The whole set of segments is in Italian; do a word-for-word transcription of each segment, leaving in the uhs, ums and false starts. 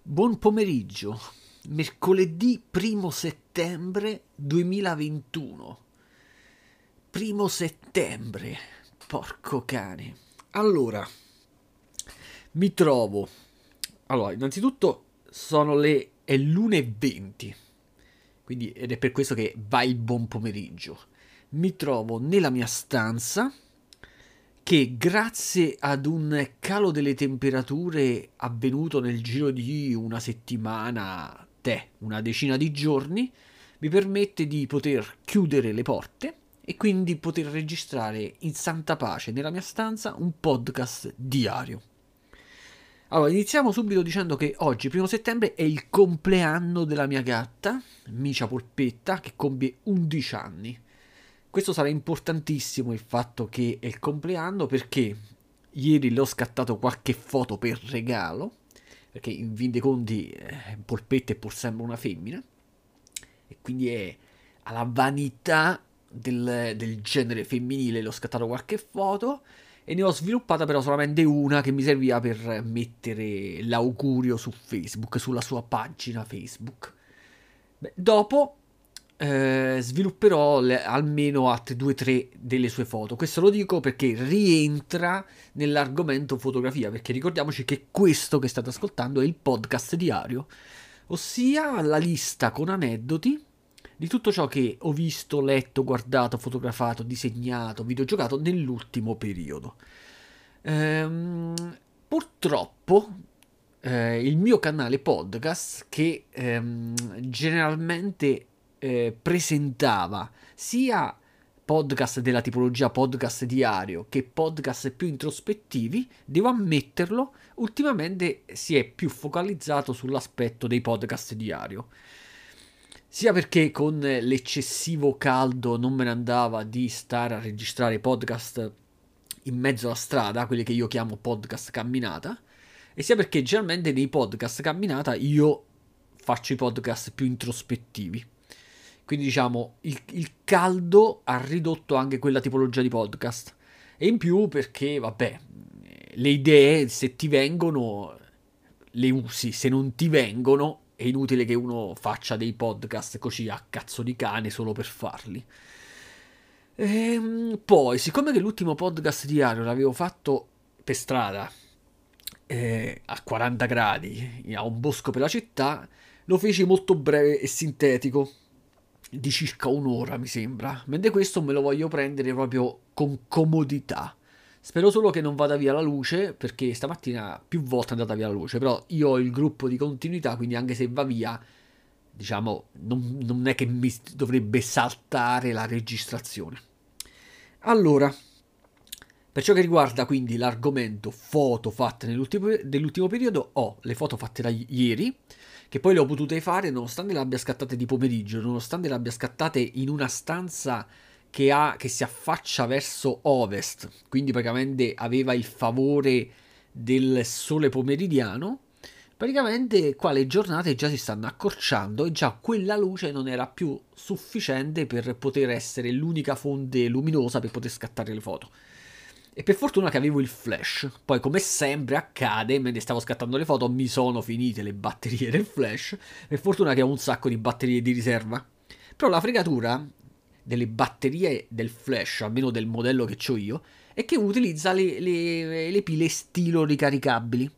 Buon pomeriggio, mercoledì primo settembre duemilaventuno. Primo settembre, porco cane. Allora, mi trovo... Allora, innanzitutto sono le... è l'una e venti, quindi ed è per questo che va il buon pomeriggio. Mi trovo nella mia stanza che grazie ad un calo delle temperature avvenuto nel giro di una settimana, te, una decina di giorni, mi permette di poter chiudere le porte e quindi poter registrare in santa pace nella mia stanza un podcast diario. Allora, iniziamo subito dicendo che oggi, primo settembre, è il compleanno della mia gatta, Micia Polpetta, che compie undici anni. Questo sarà importantissimo il fatto che è il compleanno, perché ieri le ho scattato qualche foto per regalo, perché in fin dei conti eh, Polpetta è pur sempre una femmina, e quindi è alla vanità del, del genere femminile le ho scattato qualche foto, e ne ho sviluppata però solamente una che mi serviva per mettere l'augurio su Facebook, sulla sua pagina Facebook. Beh, dopo eh, svilupperò le- almeno altre due o tre delle sue foto. Questo lo dico perché rientra nell'argomento fotografia, perché ricordiamoci che questo che state ascoltando è il podcast diario, ossia la lista con aneddoti di tutto ciò che ho visto, letto, guardato, fotografato, disegnato, videogiocato nell'ultimo periodo. Ehm, Purtroppo eh, il mio canale podcast, che ehm, generalmente eh, presentava sia podcast della tipologia podcast diario che podcast più introspettivi, devo ammetterlo, ultimamente si è più focalizzato sull'aspetto dei podcast diario. Sia perché con l'eccessivo caldo non me ne andava di stare a registrare podcast in mezzo alla strada, quelli che io chiamo podcast camminata, e sia perché generalmente nei podcast camminata io faccio i podcast più introspettivi. Quindi diciamo il, il caldo ha ridotto anche quella tipologia di podcast. E in più perché, vabbè, le idee se ti vengono le usi, se non ti vengono è inutile che uno faccia dei podcast così a cazzo di cane solo per farli. Ehm, poi, siccome che l'ultimo podcast diario l'avevo fatto per strada, eh, a quaranta gradi, a un bosco per la città, lo feci molto breve e sintetico, di circa un'ora mi sembra, mentre questo me lo voglio prendere proprio con comodità. Spero solo che non vada via la luce, perché stamattina più volte è andata via la luce, però io ho il gruppo di continuità, quindi anche se va via, diciamo, non, non è che mi dovrebbe saltare la registrazione. Allora, per ciò che riguarda quindi l'argomento foto fatte nell'ultimo, nell'ultimo periodo, ho le foto fatte da ieri, che poi le ho potute fare nonostante le abbia scattate di pomeriggio, nonostante le abbia scattate in una stanza che, ha, che si affaccia verso ovest, quindi praticamente aveva il favore del sole pomeridiano. Praticamente qua le giornate già si stanno accorciando e già quella luce non era più sufficiente per poter essere l'unica fonte luminosa per poter scattare le foto. E per fortuna che avevo il flash. Poi, come sempre accade, mentre stavo scattando le foto, mi sono finite le batterie del flash. Per fortuna che ho un sacco di batterie di riserva. Però la fregatura delle batterie del flash, almeno del modello che ho io, è che utilizza le, le, le pile stilo ricaricabili.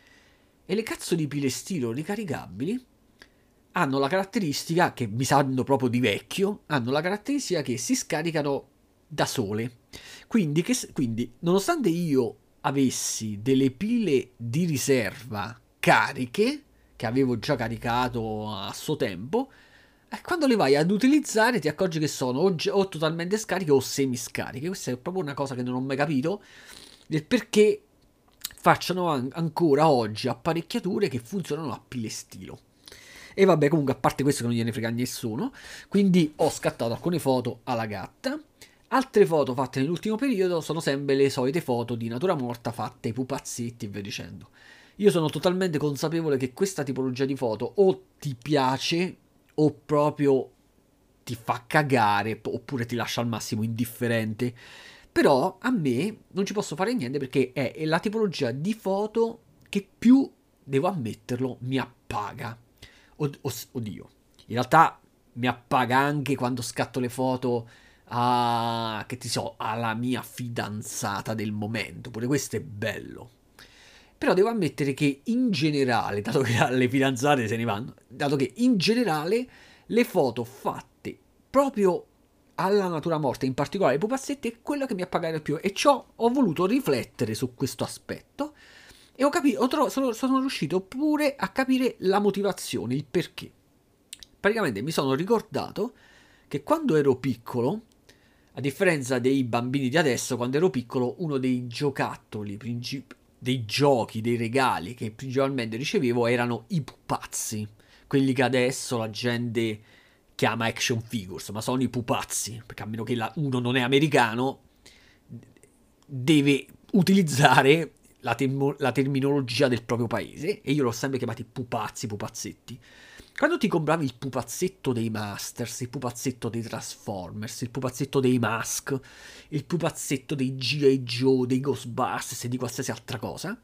E le cazzo di pile stilo ricaricabili hanno la caratteristica, che mi sanno proprio di vecchio, hanno la caratteristica che si scaricano da sole. Quindi, che, quindi nonostante io avessi delle pile di riserva cariche, che avevo già caricato a suo tempo, eh, quando le vai ad utilizzare ti accorgi che sono o, o totalmente scariche o semiscariche. Questa è proprio una cosa che non ho mai capito, del perché facciano an- ancora oggi apparecchiature che funzionano a pile stilo. E vabbè, comunque, a parte questo che non gliene frega a nessuno, quindi ho scattato alcune foto alla gatta. Altre foto fatte nell'ultimo periodo sono sempre le solite foto di natura morta fatte ai pupazzetti e via dicendo. Io sono totalmente consapevole che questa tipologia di foto o ti piace o proprio ti fa cagare, oppure ti lascia al massimo indifferente. Però a me non ci posso fare niente, perché è la tipologia di foto che più devo ammetterlo, mi appaga. Od- os- oddio, in realtà mi appaga anche quando scatto le foto a, che ti so, alla mia fidanzata del momento. Pure questo è bello. Però devo ammettere che in generale, dato che le fidanzate se ne vanno, dato che in generale le foto fatte proprio alla natura morta, in particolare i pupazzetti, è quello che mi appaga di più. E ciò ho voluto riflettere su questo aspetto e ho capito, ho tro- sono, sono riuscito pure a capire la motivazione, il perché. Praticamente mi sono ricordato che quando ero piccolo, a differenza dei bambini di adesso, quando ero piccolo, uno dei giocattoli, princip- dei giochi, dei regali che principalmente ricevevo erano i pupazzi. Quelli che adesso la gente chiama action figures, ma sono i pupazzi, perché a meno che la- uno non è americano, deve utilizzare la, termo- la terminologia del proprio paese, e io l'ho sempre chiamati pupazzi, pupazzetti. Quando ti compravi il pupazzetto dei Masters, il pupazzetto dei Transformers, il pupazzetto dei Mask, il pupazzetto dei G I. Joe, dei Ghostbusters e di qualsiasi altra cosa,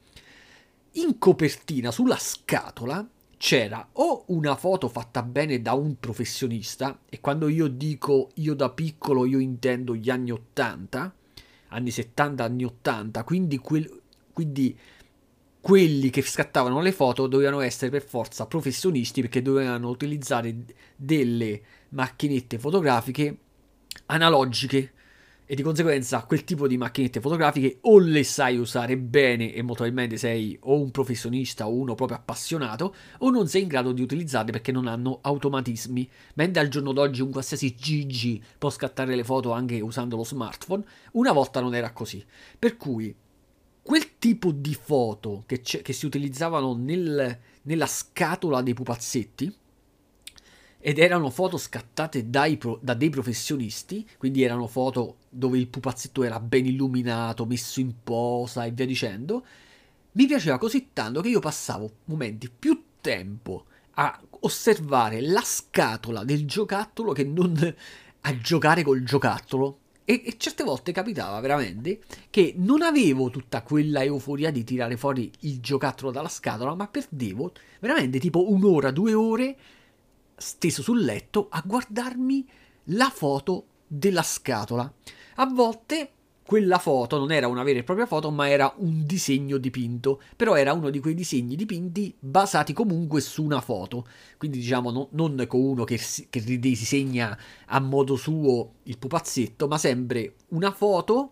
in copertina, sulla scatola, c'era o una foto fatta bene da un professionista, e quando io dico io da piccolo io intendo gli anni ottanta, anni settanta, anni ottanta, quindi, quel, quindi quelli che scattavano le foto dovevano essere per forza professionisti, perché dovevano utilizzare delle macchinette fotografiche analogiche, e di conseguenza quel tipo di macchinette fotografiche o le sai usare bene e molto probabilmente sei o un professionista o uno proprio appassionato, o non sei in grado di utilizzarle perché non hanno automatismi. Mentre al giorno d'oggi un qualsiasi Gigi può scattare le foto anche usando lo smartphone, una volta non era così. Per cui quel tipo di foto che, che si utilizzavano nel, nella scatola dei pupazzetti, ed erano foto scattate dai pro, da dei professionisti, quindi erano foto dove il pupazzetto era ben illuminato, messo in posa e via dicendo, mi piaceva così tanto che io passavo momenti più tempo a osservare la scatola del giocattolo che non a giocare col giocattolo. E, e certe volte capitava veramente che non avevo tutta quella euforia di tirare fuori il giocattolo dalla scatola, ma perdevo veramente tipo un'ora, due ore steso sul letto a guardarmi la foto della scatola. A volte quella foto non era una vera e propria foto, ma era un disegno dipinto, però era uno di quei disegni dipinti basati comunque su una foto, quindi diciamo no, non con uno che, che ridisegna a modo suo il pupazzetto, ma sempre una foto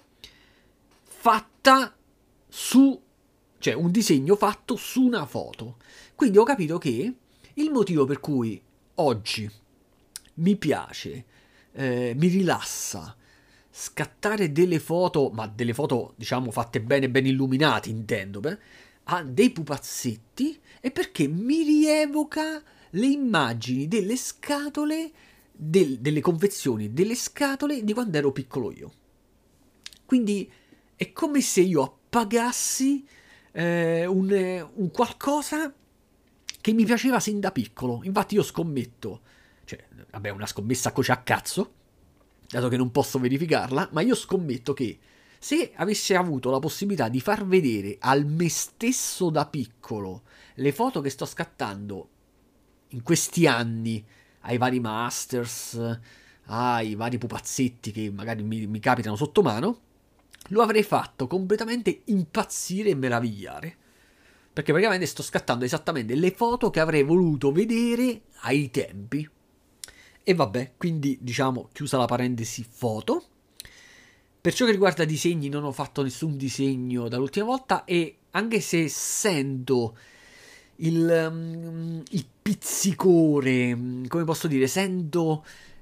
fatta su, cioè un disegno fatto su una foto. Quindi ho capito che il motivo per cui oggi mi piace, eh, mi rilassa scattare delle foto, ma delle foto diciamo fatte bene, ben illuminate intendo, beh, a dei pupazzetti, è perché mi rievoca le immagini delle scatole, del, delle confezioni delle scatole di quando ero piccolo io. Quindi è come se io appagassi eh, un, un qualcosa che mi piaceva sin da piccolo. Infatti io scommetto, cioè, vabbè, una scommessa a a cazzo, dato che non posso verificarla, ma io scommetto che se avessi avuto la possibilità di far vedere al me stesso da piccolo le foto che sto scattando in questi anni, ai vari masters, ai vari pupazzetti che magari mi, mi capitano sotto mano, lo avrei fatto completamente impazzire e meravigliare. Perché praticamente sto scattando esattamente le foto che avrei voluto vedere ai tempi. E vabbè, quindi diciamo chiusa la parentesi foto. Per ciò che riguarda disegni non ho fatto nessun disegno dall'ultima volta, e anche se sento il, um, il pizzicore, come posso dire, sento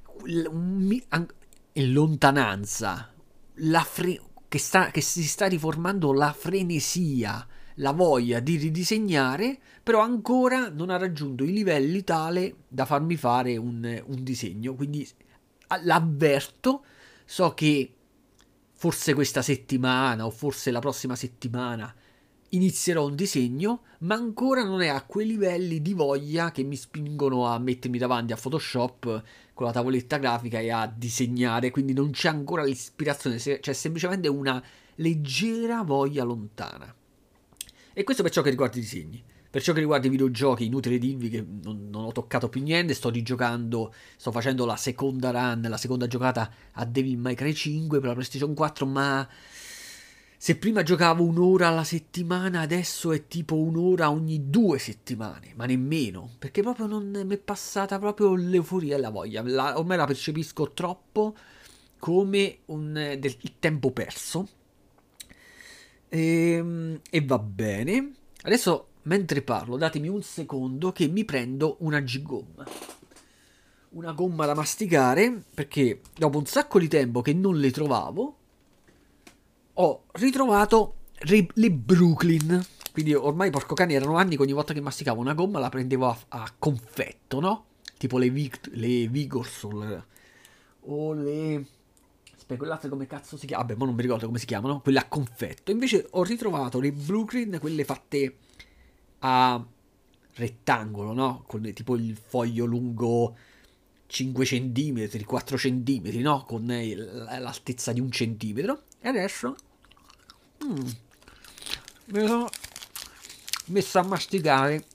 in lontananza la fre- che, sta, che si sta riformando la frenesia, la voglia di ridisegnare, però ancora non ha raggiunto i livelli tale da farmi fare un, un disegno, quindi l'avverto, so che forse questa settimana o forse la prossima settimana inizierò un disegno, ma ancora non è a quei livelli di voglia che mi spingono a mettermi davanti a Photoshop con la tavoletta grafica e a disegnare, quindi non c'è ancora l'ispirazione, c'è semplicemente una leggera voglia lontana. E questo per ciò che riguarda i disegni. Per ciò che riguarda i videogiochi, inutile dirvi che non, non ho toccato più niente, sto rigiocando, sto facendo la seconda run, la seconda giocata a Devil May Cry cinque per la PlayStation quattro, ma se prima giocavo un'ora alla settimana, adesso è tipo un'ora ogni due settimane, ma nemmeno, perché proprio non mi è passata proprio l'euforia e la voglia, la, ormai la percepisco troppo come un, del, il tempo perso. E, e va bene. Adesso, mentre parlo, datemi un secondo che mi prendo una G-gomma. Una gomma da masticare, perché dopo un sacco di tempo che non le trovavo, ho ritrovato le Brooklyn. Quindi ormai, porco cane, erano anni che ogni volta che masticavo una gomma la prendevo a, a confetto, no? Tipo le, Vic- le Vigorsol o le... Aspetta, quell'altra come cazzo si chiama? Vabbè, ma non mi ricordo come si chiamano. Quelle a confetto. Invece ho ritrovato le Brooklyn, quelle fatte a rettangolo, no? Con tipo il foglio lungo cinque centimetri, quattro centimetri, no? Con l'altezza di un centimetro. E adesso mm, me sono messo a masticare,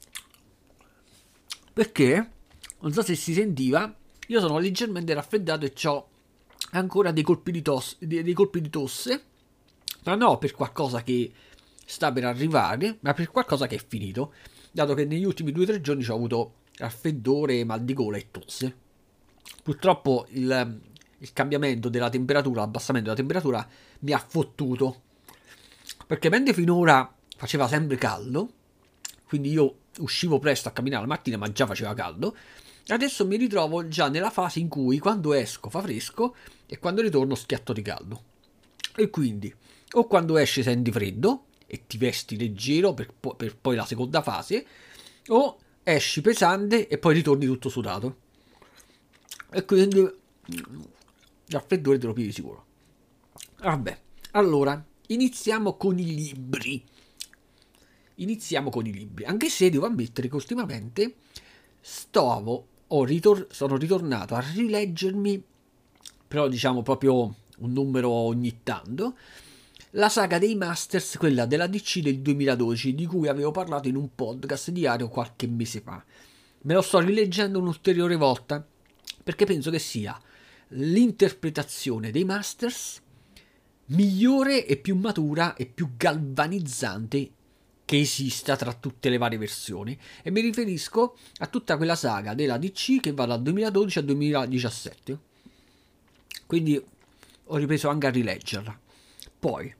perché non so se si sentiva, io sono leggermente raffreddato e ho ancora dei colpi di tosse, dei colpi di tosse, ma no per qualcosa che sta per arrivare, ma per qualcosa che è finito, dato che negli ultimi due o tre giorni ho avuto raffreddore, mal di gola e tosse. Purtroppo il, il cambiamento della temperatura, l'abbassamento della temperatura mi ha fottuto, perché mentre finora faceva sempre caldo, quindi io uscivo presto a camminare la mattina ma già faceva caldo, adesso mi ritrovo già nella fase in cui quando esco fa fresco e quando ritorno schiatto di caldo. E quindi o quando esci senti freddo e ti vesti leggero per, po- per poi la seconda fase, o esci pesante e poi ritorni tutto sudato. E quindi il raffreddore te lo pigli sicuro. Vabbè, allora iniziamo con i libri. Iniziamo con i libri, anche se devo ammettere che ultimamente stavo, ho ritor- sono ritornato a rileggermi, però diciamo proprio un numero ogni tanto, la saga dei Masters, quella della D C del duemiladodici, di cui avevo parlato in un podcast diario qualche mese fa. Me lo sto rileggendo un'ulteriore volta, perché penso che sia l'interpretazione dei Masters migliore e più matura e più galvanizzante che esista tra tutte le varie versioni, e mi riferisco a tutta quella saga della D C che va dal duemiladodici al duemiladiciassette. Quindi ho ripreso anche a rileggerla. Poi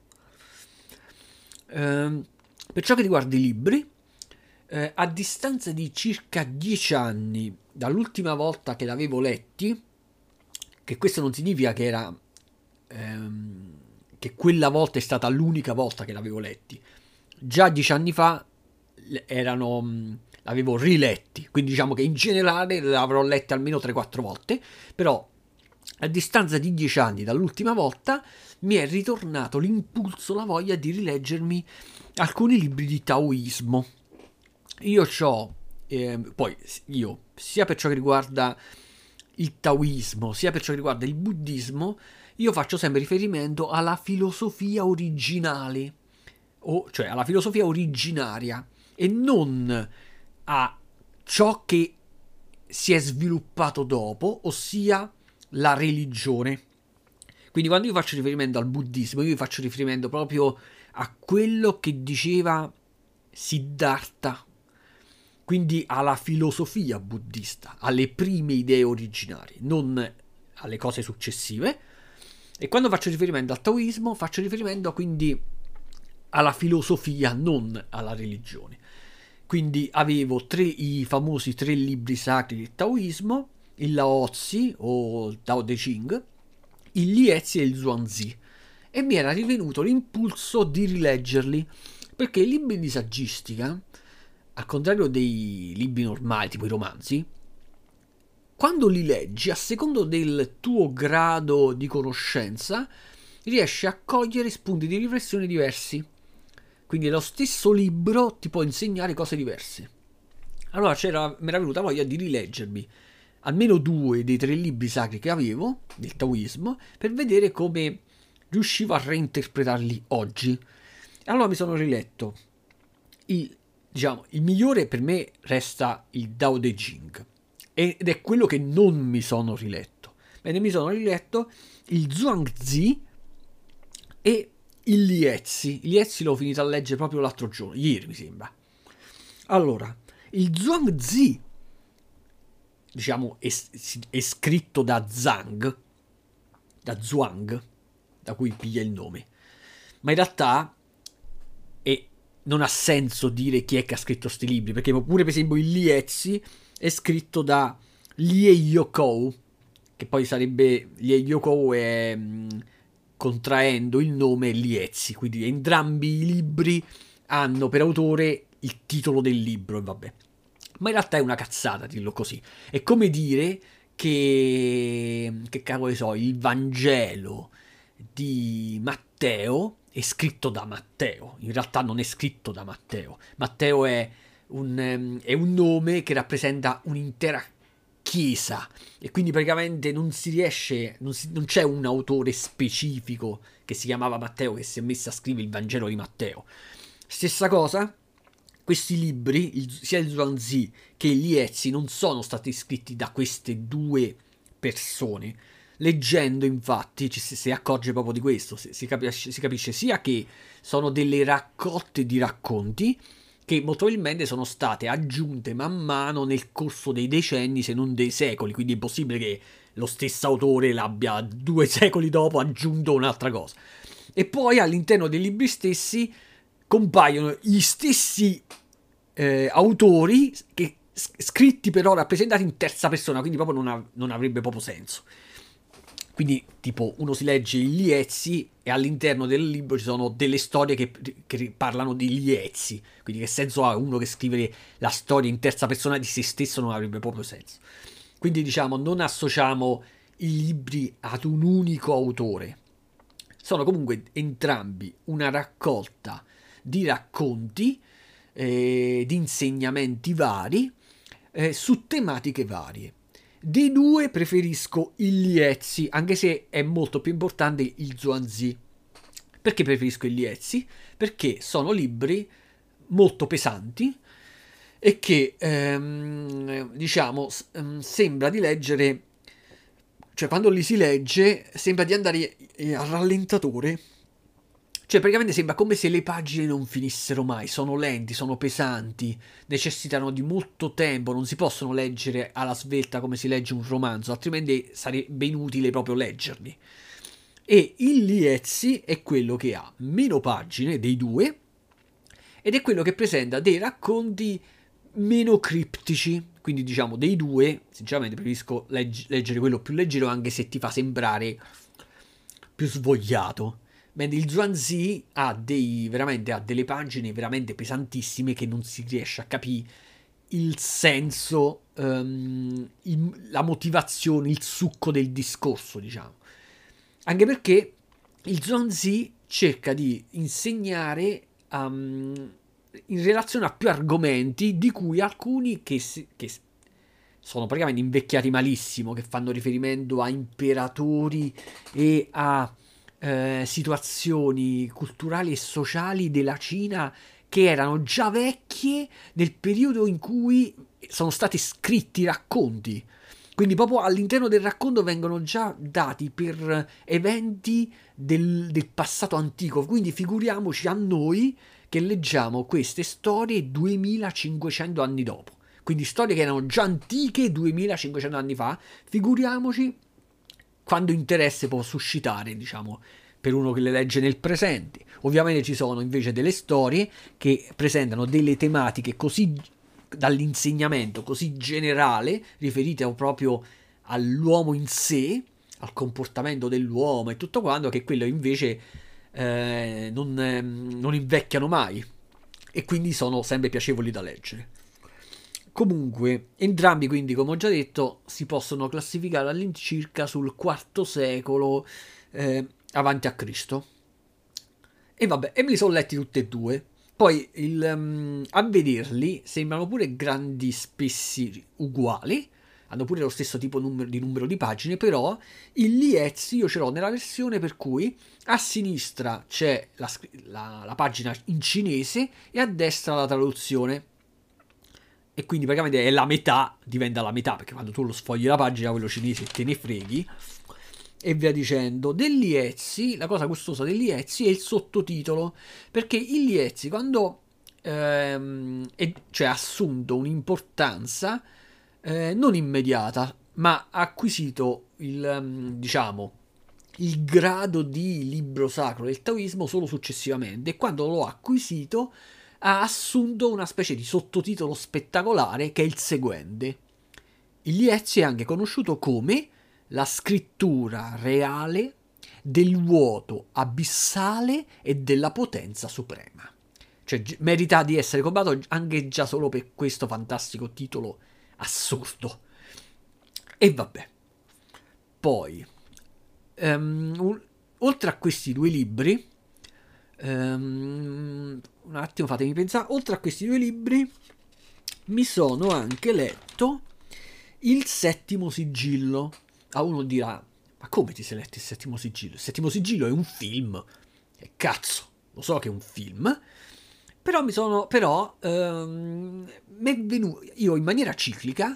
ehm, per ciò che riguarda i libri, eh, a distanza di circa dieci anni dall'ultima volta che l'avevo letti, che questo non significa che era ehm, che quella volta è stata l'unica volta che l'avevo letti. Già dieci anni fa erano, mh, l'avevo riletti, quindi diciamo che in generale l'avrò letta almeno tre quattro volte, però a distanza di dieci anni dall'ultima volta mi è ritornato l'impulso, la voglia di rileggermi alcuni libri di taoismo. Io ho, eh, poi io, sia per ciò che riguarda il taoismo, sia per ciò che riguarda il buddismo, io faccio sempre riferimento alla filosofia originale, o cioè alla filosofia originaria, e non a ciò che si è sviluppato dopo, ossia la religione. Quindi quando io faccio riferimento al buddismo, io faccio riferimento proprio a quello che diceva Siddhartha, quindi alla filosofia buddista, alle prime idee originarie, non alle cose successive. E quando faccio riferimento al taoismo, faccio riferimento quindi alla filosofia, non alla religione. Quindi avevo tre, i famosi tre libri sacri del taoismo, il Laozi o il Tao Te Ching, il Liezi e il Zhuangzi, e mi era rivenuto l'impulso di rileggerli, perché i libri di saggistica, al contrario dei libri normali tipo i romanzi, quando li leggi a secondo del tuo grado di conoscenza riesci a cogliere spunti di riflessione diversi, quindi lo stesso libro ti può insegnare cose diverse. Allora c'era, mi era venuta voglia di rileggermi almeno due dei tre libri sacri che avevo del taoismo, per vedere come riuscivo a reinterpretarli oggi. Allora mi sono riletto il, diciamo, il migliore per me resta il Dao De Jing, ed è quello che non mi sono riletto. Bene, mi sono riletto il Zhuangzi e il Liezi. Il Liezi l'ho finito a leggere proprio l'altro giorno, ieri mi sembra. Allora, il Zhuangzi, diciamo, è, è scritto da Zhang, da Zhuang, da cui piglia il nome, ma in realtà è, non ha senso dire chi è che ha scritto questi libri, perché pure per esempio il Liezi è scritto da Lie Yokou, che poi sarebbe Lie Yokou è mh, contraendo il nome Liezi, quindi entrambi i libri hanno per autore il titolo del libro e vabbè. Ma in realtà è una cazzata dirlo così. È come dire che, che cavolo ne so, il Vangelo di Matteo è scritto da Matteo. In realtà non è scritto da Matteo. Matteo è un, è un nome che rappresenta un'intera chiesa e quindi praticamente non si riesce, non, si, non c'è un autore specifico che si chiamava Matteo che si è messo a scrivere il Vangelo di Matteo. Stessa cosa, questi libri, il, sia il Zhuangzi che il Liezi, non sono stati scritti da queste due persone. Leggendo, infatti, ci si, si accorge proprio di questo. Si, si, capisce, si capisce sia che sono delle raccolte di racconti che molto probabilmente sono state aggiunte man mano nel corso dei decenni, se non dei secoli. Quindi è possibile che lo stesso autore l'abbia due secoli dopo aggiunto un'altra cosa. E poi all'interno dei libri stessi compaiono gli stessi eh, autori che, scritti però rappresentati in terza persona, quindi proprio non, av- non avrebbe proprio senso. Quindi tipo uno si legge il Liezi e all'interno del libro ci sono delle storie che, che parlano di Liezi, quindi che senso ha uno che scrive la storia in terza persona di se stesso? Non avrebbe proprio senso. Quindi diciamo non associamo i libri ad un unico autore, sono comunque entrambi una raccolta di racconti, eh, di insegnamenti vari, eh, su tematiche varie. Dei due preferisco il Liezi, anche se è molto più importante il Zhuangzi. Perché preferisco il Liezi? Perché sono libri molto pesanti e che, ehm, diciamo, sembra di leggere, cioè quando li si legge sembra di andare a rallentatore. Cioè, praticamente sembra come se le pagine non finissero mai, sono lenti, sono pesanti, necessitano di molto tempo, non si possono leggere alla svelta come si legge un romanzo, altrimenti sarebbe inutile proprio leggerli. E il Liezi è quello che ha meno pagine dei due ed è quello che presenta dei racconti meno criptici, quindi diciamo dei due, sinceramente preferisco legg- leggere quello più leggero anche se ti fa sembrare più svogliato. Mentre il Zhuangzi ha dei veramente ha delle pagine veramente pesantissime che non si riesce a capire il senso, um, il, la motivazione, il succo del discorso, diciamo. Anche perché il Zhuangzi cerca di insegnare um, in relazione a più argomenti, di cui alcuni che, si, che sono praticamente invecchiati malissimo, che fanno riferimento a imperatori e a Eh, situazioni culturali e sociali della Cina che erano già vecchie nel periodo in cui sono stati scritti i racconti. Quindi proprio all'interno del racconto vengono già dati per eventi del, del passato antico. Quindi figuriamoci a noi che leggiamo queste storie duemilacinquecento anni dopo. Quindi storie che erano già antiche duemilacinquecento anni fa. Figuriamoci quando interesse può suscitare, diciamo, per uno che le legge nel presente. Ovviamente ci sono invece delle storie che presentano delle tematiche così dall'insegnamento così generale, riferite proprio all'uomo in sé, al comportamento dell'uomo e tutto quanto, che quello invece eh, non, eh, non invecchiano mai e quindi sono sempre piacevoli da leggere. Comunque, entrambi quindi, come ho già detto, si possono classificare all'incirca sul quarto secolo eh, avanti a Cristo. E vabbè, e me li sono letti tutti e due. Poi il, um, a vederli sembrano pure grandi spessi uguali, hanno pure lo stesso tipo numero, di numero di pagine, però il Liezzi io ce l'ho nella versione per cui a sinistra c'è la, la, la pagina in cinese e a destra la traduzione. E quindi praticamente è la metà, diventa la metà, perché quando tu lo sfogli la pagina, quello cinese te ne freghi, e via dicendo. Del Liezzi, la cosa gustosa del Liezzi è il sottotitolo, perché il Liezzi quando ehm, è, cioè, ha assunto un'importanza eh, non immediata, ma ha acquisito il, um, diciamo, il grado di libro sacro del taoismo solo successivamente, e quando l'ho acquisito ha assunto una specie di sottotitolo spettacolare che è il seguente. Il Liezzi è anche conosciuto come la scrittura reale del vuoto abissale e della potenza suprema. Cioè merita di essere comprato anche già solo per questo fantastico titolo assurdo. E vabbè. Poi, um, oltre a questi due libri, um, un attimo fatemi pensare, oltre a questi due libri mi sono anche letto Il Settimo Sigillo. A uno dirà, ma come ti sei letto Il Settimo Sigillo? Il Settimo Sigillo è un film. E cazzo, lo so che è un film. Però mi sono, però, ehm, mi è venuto, io in maniera ciclica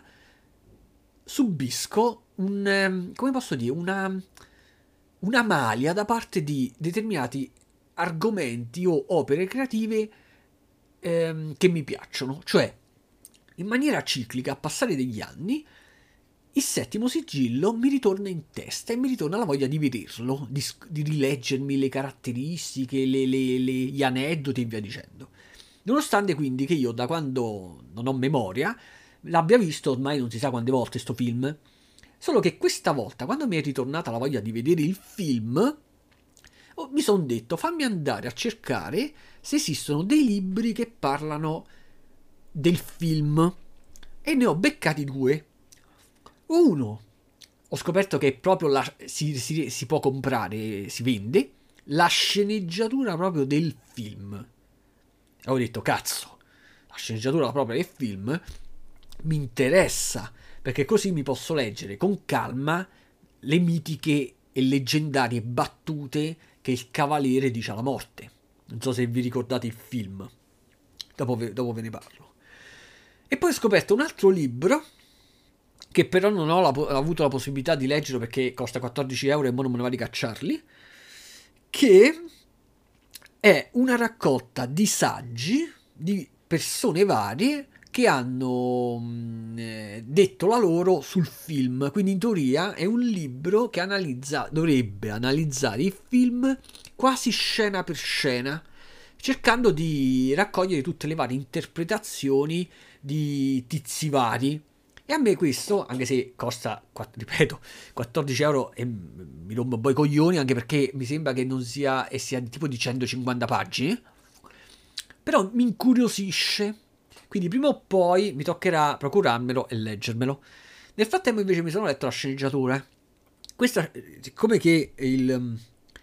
subisco un, ehm, come posso dire, una, una malia da parte di determinati argomenti o opere creative ehm, che mi piacciono. Cioè, in maniera ciclica, a passare degli anni, Il Settimo Sigillo mi ritorna in testa e mi ritorna la voglia di vederlo, di, di rileggermi le caratteristiche, le, le, le, gli aneddoti e via dicendo. Nonostante quindi che io da quando non ho memoria l'abbia visto ormai non si sa quante volte sto film, solo che questa volta quando mi è ritornata la voglia di vedere il film oh, mi sono detto fammi andare a cercare se esistono dei libri che parlano del film, e ne ho beccati due. Uno, ho scoperto che proprio la, si, si, si può comprare, si vende la sceneggiatura proprio del film. E ho detto cazzo, la sceneggiatura proprio del film mi interessa, perché così mi posso leggere con calma le mitiche e leggendarie battute che il cavaliere dice alla morte. Non so se vi ricordate il film, dopo ve, dopo ve ne parlo. E poi ho scoperto un altro libro che però non ho la, avuto la possibilità di leggere perché costa quattordici euro e mo non me ne va di cacciarli, che è una raccolta di saggi di persone varie che hanno mh, detto la loro sul film. Quindi in teoria è un libro che analizza, dovrebbe analizzare il film quasi scena per scena, cercando di raccogliere tutte le varie interpretazioni di tizi vari. E a me questo, anche se costa, ripeto, quattordici euro e mi rompo un po' i coglioni, anche perché mi sembra che non sia, e sia tipo di centocinquanta pagine, però mi incuriosisce. Quindi prima o poi mi toccherà procurarmelo e leggermelo. Nel frattempo invece mi sono letto la sceneggiatura. Questa, siccome che il,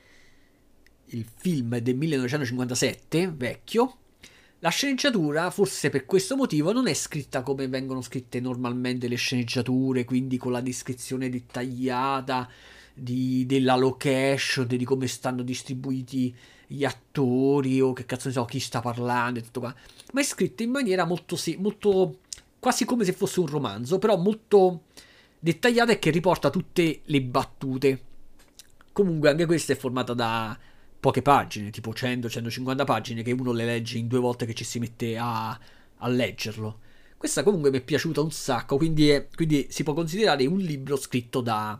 il film è del millenovecentocinquantasette, vecchio, la sceneggiatura, forse per questo motivo, non è scritta come vengono scritte normalmente le sceneggiature, quindi con la descrizione dettagliata di, della location, di come stanno distribuiti gli attori o che cazzo ne so, chi sta parlando e tutto qua. Ma è scritta in maniera molto, molto quasi come se fosse un romanzo, però molto dettagliata e che riporta tutte le battute. Comunque anche questa è formata da poche pagine, tipo cento centocinquanta pagine, che uno le legge in due volte che ci si mette a, a leggerlo. Questa comunque mi è piaciuta un sacco, quindi, è, quindi si può considerare un libro scritto da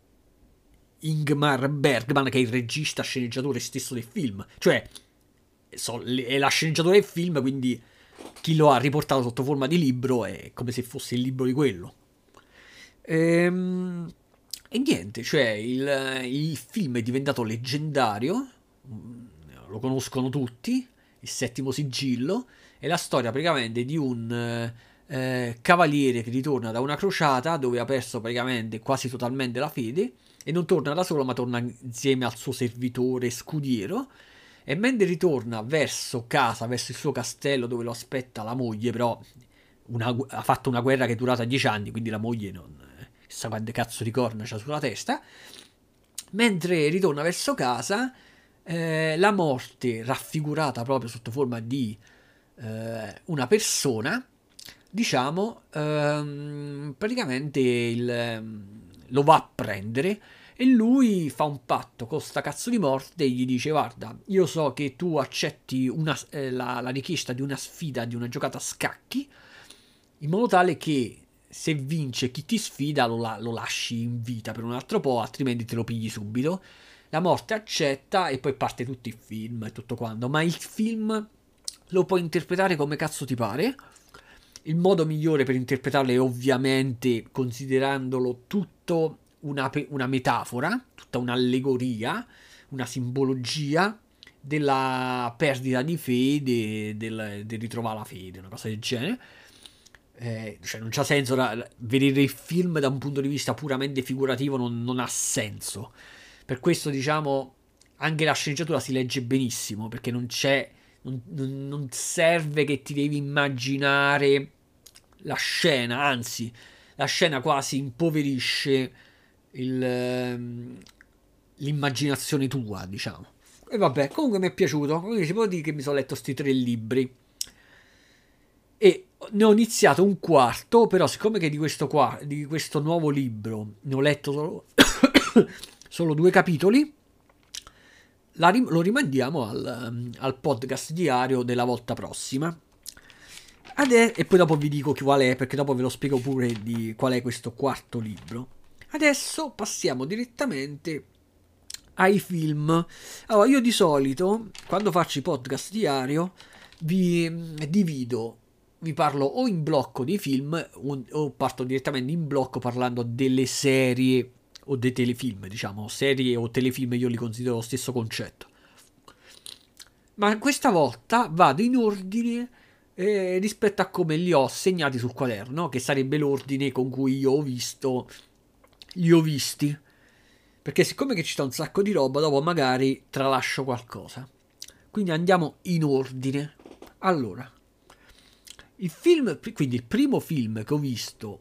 Ingmar Bergman, che è il regista sceneggiatore stesso del film. Cioè, so, è la sceneggiatura del film, quindi chi lo ha riportato sotto forma di libro è come se fosse il libro di quello. Ehm, e niente, cioè il, il film è diventato leggendario, lo conoscono tutti, Il Settimo Sigillo, è la storia praticamente di un eh, cavaliere che ritorna da una crociata dove ha perso praticamente quasi totalmente la fede e non torna da solo ma torna insieme al suo servitore scudiero, e mentre ritorna verso casa, verso il suo castello dove lo aspetta la moglie, però una, ha fatto una guerra che è durata dieci anni, quindi la moglie non sa quante cazzo di corna c'ha sulla testa. Mentre ritorna verso casa, eh, la morte raffigurata proprio sotto forma di eh, una persona, diciamo, ehm, praticamente il, lo va a prendere e lui fa un patto con sta cazzo di morte e gli dice: guarda, io so che tu accetti una, eh, la, la richiesta di una sfida, di una giocata a scacchi, in modo tale che se vince chi ti sfida lo, la- lo lasci in vita per un altro po', altrimenti te lo pigli subito. La morte accetta e poi parte tutto il film e tutto quanto. Ma il film lo puoi interpretare come cazzo ti pare. Il modo migliore per interpretarlo è ovviamente considerandolo tutto una, pe- una metafora, tutta un'allegoria, una simbologia della perdita di fede, del, del ritrovare la fede, una cosa del genere. Eh, cioè non c'ha senso ra- vedere il film da un punto di vista puramente figurativo, non, non ha senso. Per questo, diciamo, anche la sceneggiatura si legge benissimo, perché non c'è, non, non- non serve che ti devi immaginare la scena, anzi, la scena quasi impoverisce il, ehm, l'immaginazione tua, diciamo. E vabbè, comunque mi è piaciuto, quindi si può dire che mi sono letto sti tre libri. E ne ho iniziato un quarto, però siccome che di questo, qua, di questo nuovo libro ne ho letto solo, solo due capitoli, la rim- lo rimandiamo al, um, al podcast diario della volta prossima. Ade- e poi dopo vi dico qual è, perché dopo ve lo spiego pure di qual è questo quarto libro. Adesso passiamo direttamente ai film. Allora, io di solito, quando faccio i podcast diario, vi mm, divido, vi parlo o in blocco di film o, o parto direttamente in blocco parlando delle serie o dei telefilm, diciamo, serie o telefilm io li considero lo stesso concetto. Ma questa volta vado in ordine eh, rispetto a come li ho segnati sul quaderno, che sarebbe l'ordine con cui io ho visto, li ho visti. Perché siccome che ci sta un sacco di roba, dopo magari tralascio qualcosa. Quindi andiamo in ordine. Allora, il film, quindi il primo film che ho visto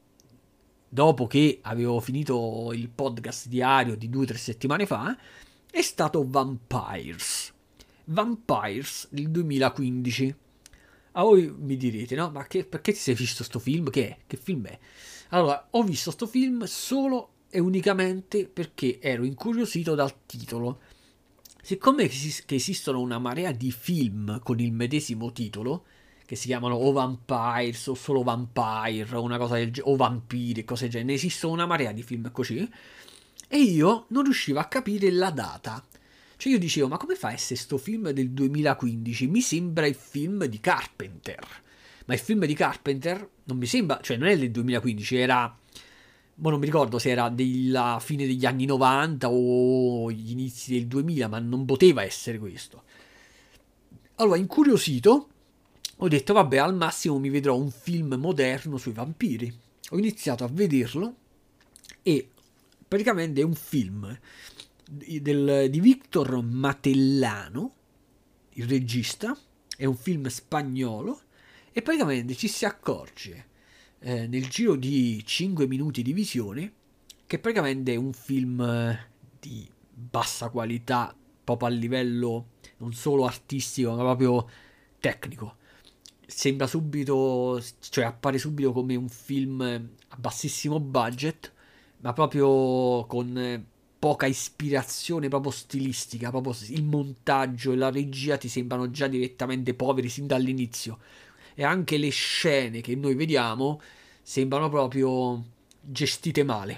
dopo che avevo finito il podcast diario di due o tre settimane fa è stato Vampires. Vampires del duemilaquindici. A voi mi direte, no? Ma che, perché ti sei visto sto film? Che è? Che film è? Allora, ho visto sto film solo e unicamente perché ero incuriosito dal titolo. Siccome che esistono una marea di film con il medesimo titolo, che si chiamano o Vampires o solo Vampire, o una cosa del genere, o Vampiri, cose del genere, ne esistono una marea di film così, e io non riuscivo a capire la data. Cioè io dicevo, ma come fa a essere sto film del duemilaquindici? Mi sembra il film di Carpenter. Ma il film di Carpenter non mi sembra, cioè non è del duemilaquindici, era... Ma non mi ricordo se era della fine degli anni novanta o gli inizi del duemila, ma non poteva essere questo. Allora, incuriosito, ho detto, vabbè, al massimo mi vedrò un film moderno sui vampiri. Ho iniziato a vederlo e praticamente è un film del, di Victor Matellano, il regista, è un film spagnolo e praticamente ci si accorge eh, nel giro di cinque minuti di visione che praticamente è un film eh, di bassa qualità proprio a livello non solo artistico ma proprio tecnico. Sembra subito, cioè appare subito come un film a bassissimo budget, ma proprio con eh, poca ispirazione proprio stilistica, proprio il montaggio e la regia ti sembrano già direttamente poveri sin dall'inizio. E anche le scene che noi vediamo sembrano proprio gestite male.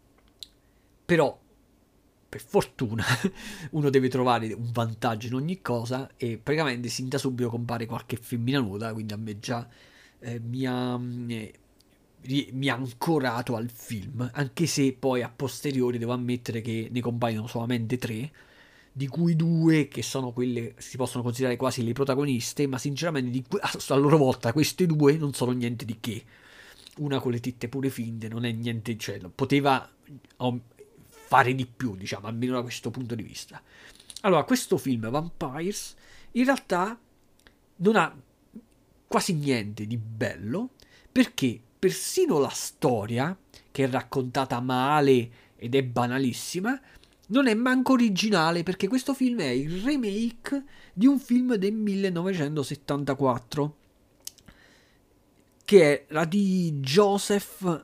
Però, per fortuna, uno deve trovare un vantaggio in ogni cosa e praticamente sin da subito compare qualche femmina nuda, quindi a me già eh, mi ha... eh, mi ha ancorato al film, anche se poi a posteriori devo ammettere che ne compaiono solamente tre, di cui due che sono quelle si possono considerare quasi le protagoniste, ma sinceramente di, a loro volta queste due non sono niente di che. Una con le tette pure finte, non è niente, cioè poteva fare di più, diciamo, almeno da questo punto di vista. Allora, questo film Vampires in realtà non ha quasi niente di bello, perché persino la storia, che è raccontata male ed è banalissima, non è manco originale, perché questo film è il remake di un film del millenovecentosettantaquattro, che era di Joseph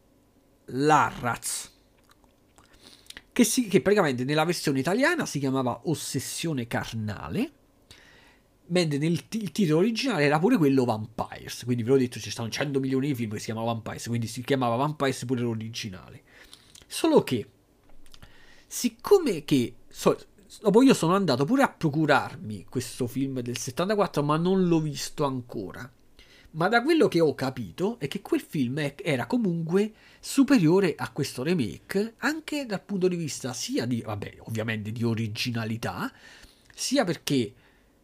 Larraz, che, si, che praticamente nella versione italiana si chiamava Ossessione carnale, mentre nel t- il titolo originale era pure quello Vampires. Quindi ve l'ho detto, ci stanno cento milioni di film che si chiamava Vampires, quindi si chiamava Vampires pure l'originale. Solo che, siccome che so, dopo io sono andato pure a procurarmi questo film del settantaquattro, ma non l'ho visto ancora. Ma da quello che ho capito è che quel film è, era comunque superiore a questo remake, anche dal punto di vista sia di, vabbè, ovviamente di originalità, sia perché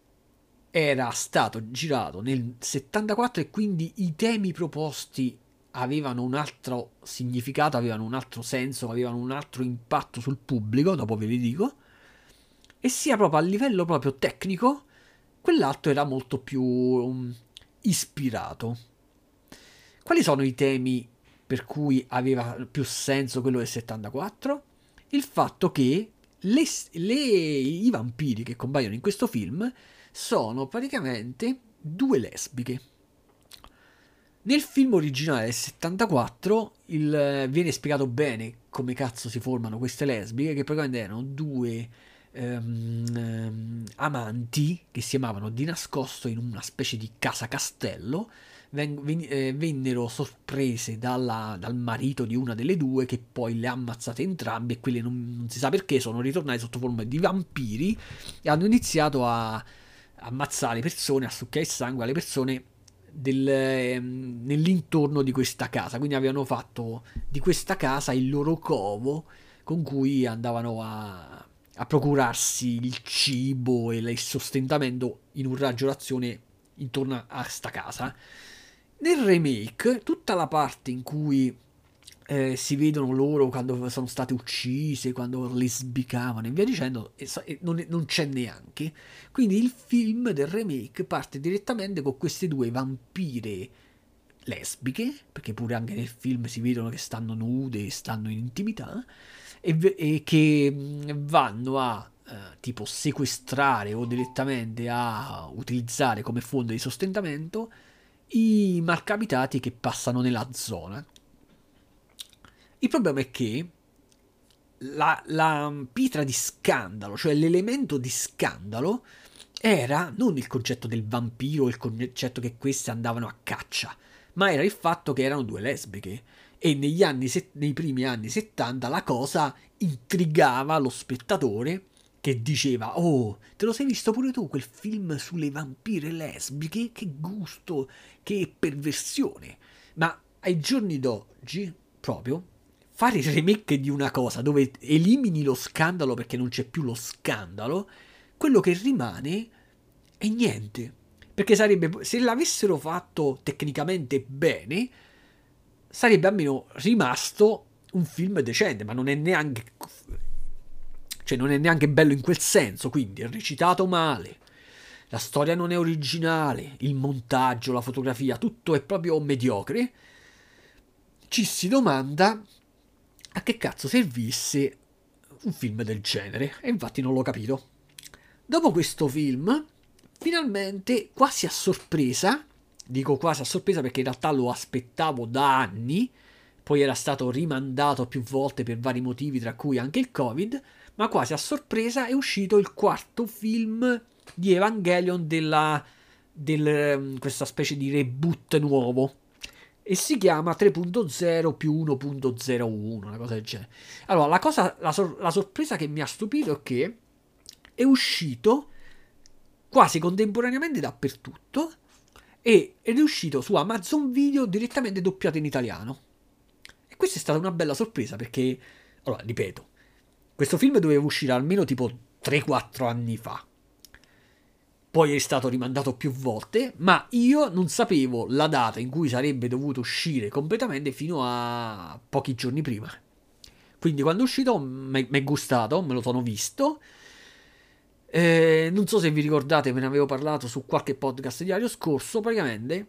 era stato girato nel settantaquattro e quindi i temi proposti avevano un altro significato, avevano un altro senso, avevano un altro impatto sul pubblico, dopo ve li dico, e sia proprio a livello proprio tecnico, quell'altro era molto più um, ispirato. Quali sono i temi per cui aveva più senso quello del settantaquattro? Il fatto che le, le, i vampiri che compaiono in questo film sono praticamente due lesbiche. Nel film originale del settantaquattro il, viene spiegato bene come cazzo si formano queste lesbiche, che praticamente erano due ehm, ehm, amanti che si amavano di nascosto in una specie di casa castello. Ven- ven- eh, vennero sorprese dalla- dal marito di una delle due, che poi le ha ammazzate entrambe, e quelle non, non si sa perché sono ritornate sotto forma di vampiri e hanno iniziato a ammazzare persone, a succhiare il sangue alle persone del, ehm, nell'intorno di questa casa. Quindi avevano fatto di questa casa il loro covo con cui andavano a, a procurarsi il cibo e il sostentamento in un raggio d'azione intorno a sta casa. Nel remake, tutta la parte in cui eh, si vedono loro quando sono state uccise, quando lesbicavano e via dicendo, e, e non, non c'è neanche. Quindi il film del remake parte direttamente con queste due vampire lesbiche, perché pure anche nel film si vedono che stanno nude e stanno in intimità, e, e che vanno a eh, tipo sequestrare o direttamente a utilizzare come fondo di sostentamento i malcapitati che passano nella zona. Il problema è che la, la pietra di scandalo, cioè l'elemento di scandalo, era non il concetto del vampiro, il concetto che queste andavano a caccia, ma era il fatto che erano due lesbiche. E negli anni, nei primi anni settanta la cosa intrigava lo spettatore, che diceva: oh, te lo sei visto pure tu quel film sulle vampire lesbiche? Che gusto, che perversione. Ma ai giorni d'oggi, proprio, fare il remake di una cosa dove elimini lo scandalo perché non c'è più lo scandalo, quello che rimane è niente. Perché sarebbe, se l'avessero fatto tecnicamente bene, sarebbe almeno rimasto un film decente, ma non è neanche, cioè non è neanche bello in quel senso. Quindi è recitato male, la storia non è originale, il montaggio, la fotografia, tutto è proprio mediocre. Ci si domanda a che cazzo servisse un film del genere, e infatti non l'ho capito. Dopo questo film, finalmente, quasi a sorpresa, dico quasi a sorpresa perché in realtà lo aspettavo da anni, poi era stato rimandato più volte per vari motivi, tra cui anche il Covid, ma quasi a sorpresa è uscito il quarto film di Evangelion della del, questa specie di reboot nuovo, e si chiama tre punto zero più uno punto zero uno, una cosa del genere. Allora, la cosa, la, sor- la sorpresa che mi ha stupito è che è uscito quasi contemporaneamente dappertutto, e ed è uscito su Amazon Video direttamente doppiato in italiano. E questa è stata una bella sorpresa perché, allora, ripeto, questo film doveva uscire almeno tipo tre quattro anni fa. Poi è stato rimandato più volte, ma io non sapevo la data in cui sarebbe dovuto uscire completamente fino a pochi giorni prima. Quindi quando è uscito mi è gustato, me lo sono visto, Eh, non so se vi ricordate, ve ne avevo parlato su qualche podcast diario scorso. Praticamente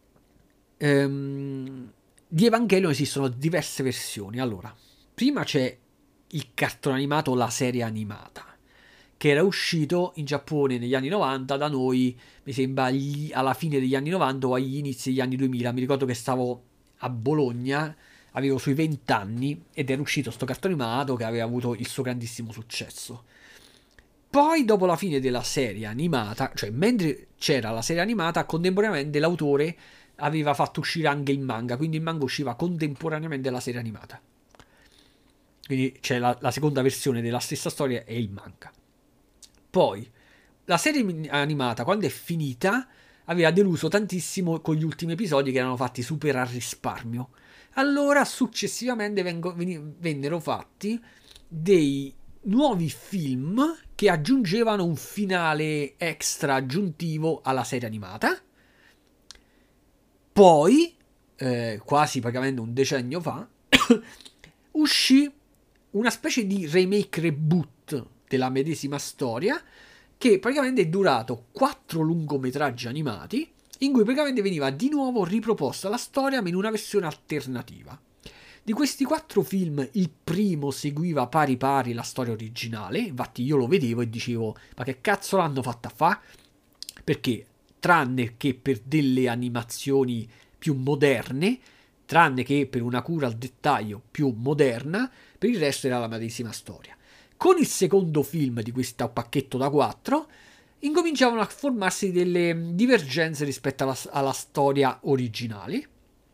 ehm, di Evangelion esistono diverse versioni. Allora, prima c'è il cartone animato, la serie animata, che era uscito in Giappone negli anni novanta, da noi mi sembra agli- alla fine degli anni novanta o agli inizi degli anni duemila. Mi ricordo che stavo a Bologna, avevo sui venti anni ed era uscito sto cartone animato che aveva avuto il suo grandissimo successo. Poi, dopo la fine della serie animata, cioè mentre c'era la serie animata, contemporaneamente l'autore aveva fatto uscire anche il manga, quindi il manga usciva contemporaneamente alla serie animata. Quindi c'è la, la seconda versione della stessa storia e il manga. Poi, la serie animata, quando è finita, aveva deluso tantissimo con gli ultimi episodi che erano fatti super a risparmio. Allora, successivamente vengo, vennero fatti dei nuovi film che aggiungevano un finale extra aggiuntivo alla serie animata. Poi, eh, quasi praticamente un decennio fa, uscì una specie di remake reboot della medesima storia, che praticamente è durato quattro lungometraggi animati, in cui praticamente veniva di nuovo riproposta la storia ma in una versione alternativa. Di questi quattro film il primo seguiva pari pari la storia originale, infatti io lo vedevo e dicevo ma che cazzo l'hanno fatta fa? Perché tranne che per delle animazioni più moderne, tranne che per una cura al dettaglio più moderna, per il resto era la medesima storia. Con il secondo film di questo pacchetto da quattro incominciavano a formarsi delle divergenze rispetto alla, alla storia originale.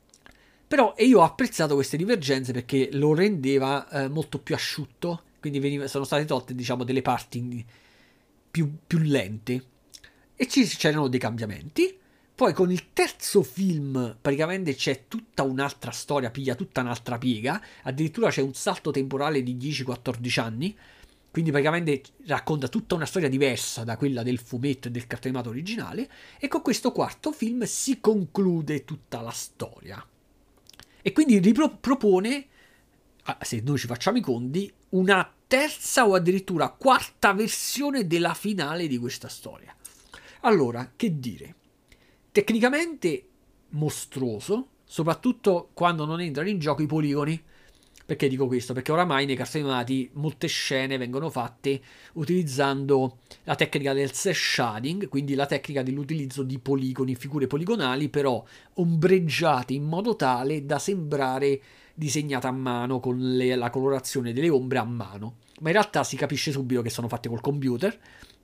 Però e io ho apprezzato queste divergenze perché lo rendeva eh, molto più asciutto, quindi veniva, sono state tolte diciamo delle parti più, più lente e ci, c'erano dei cambiamenti. Poi con il terzo film praticamente c'è tutta un'altra storia, piglia tutta un'altra piega, addirittura c'è un salto temporale di dieci quattordici anni, quindi praticamente racconta tutta una storia diversa da quella del fumetto e del cartone animato originale, e con questo quarto film si conclude tutta la storia. E quindi ripropone, se noi ci facciamo i conti, una terza o addirittura quarta versione della finale di questa storia. Allora, che dire? Tecnicamente mostruoso, soprattutto quando non entrano in gioco i poligoni. Perché dico questo? Perché oramai nei cartoni animati molte scene vengono fatte utilizzando la tecnica del cel shading, quindi la tecnica dell'utilizzo di poligoni, figure poligonali, però ombreggiate in modo tale da sembrare disegnate a mano con le, la colorazione delle ombre a mano. Ma in realtà si capisce subito che sono fatte col computer,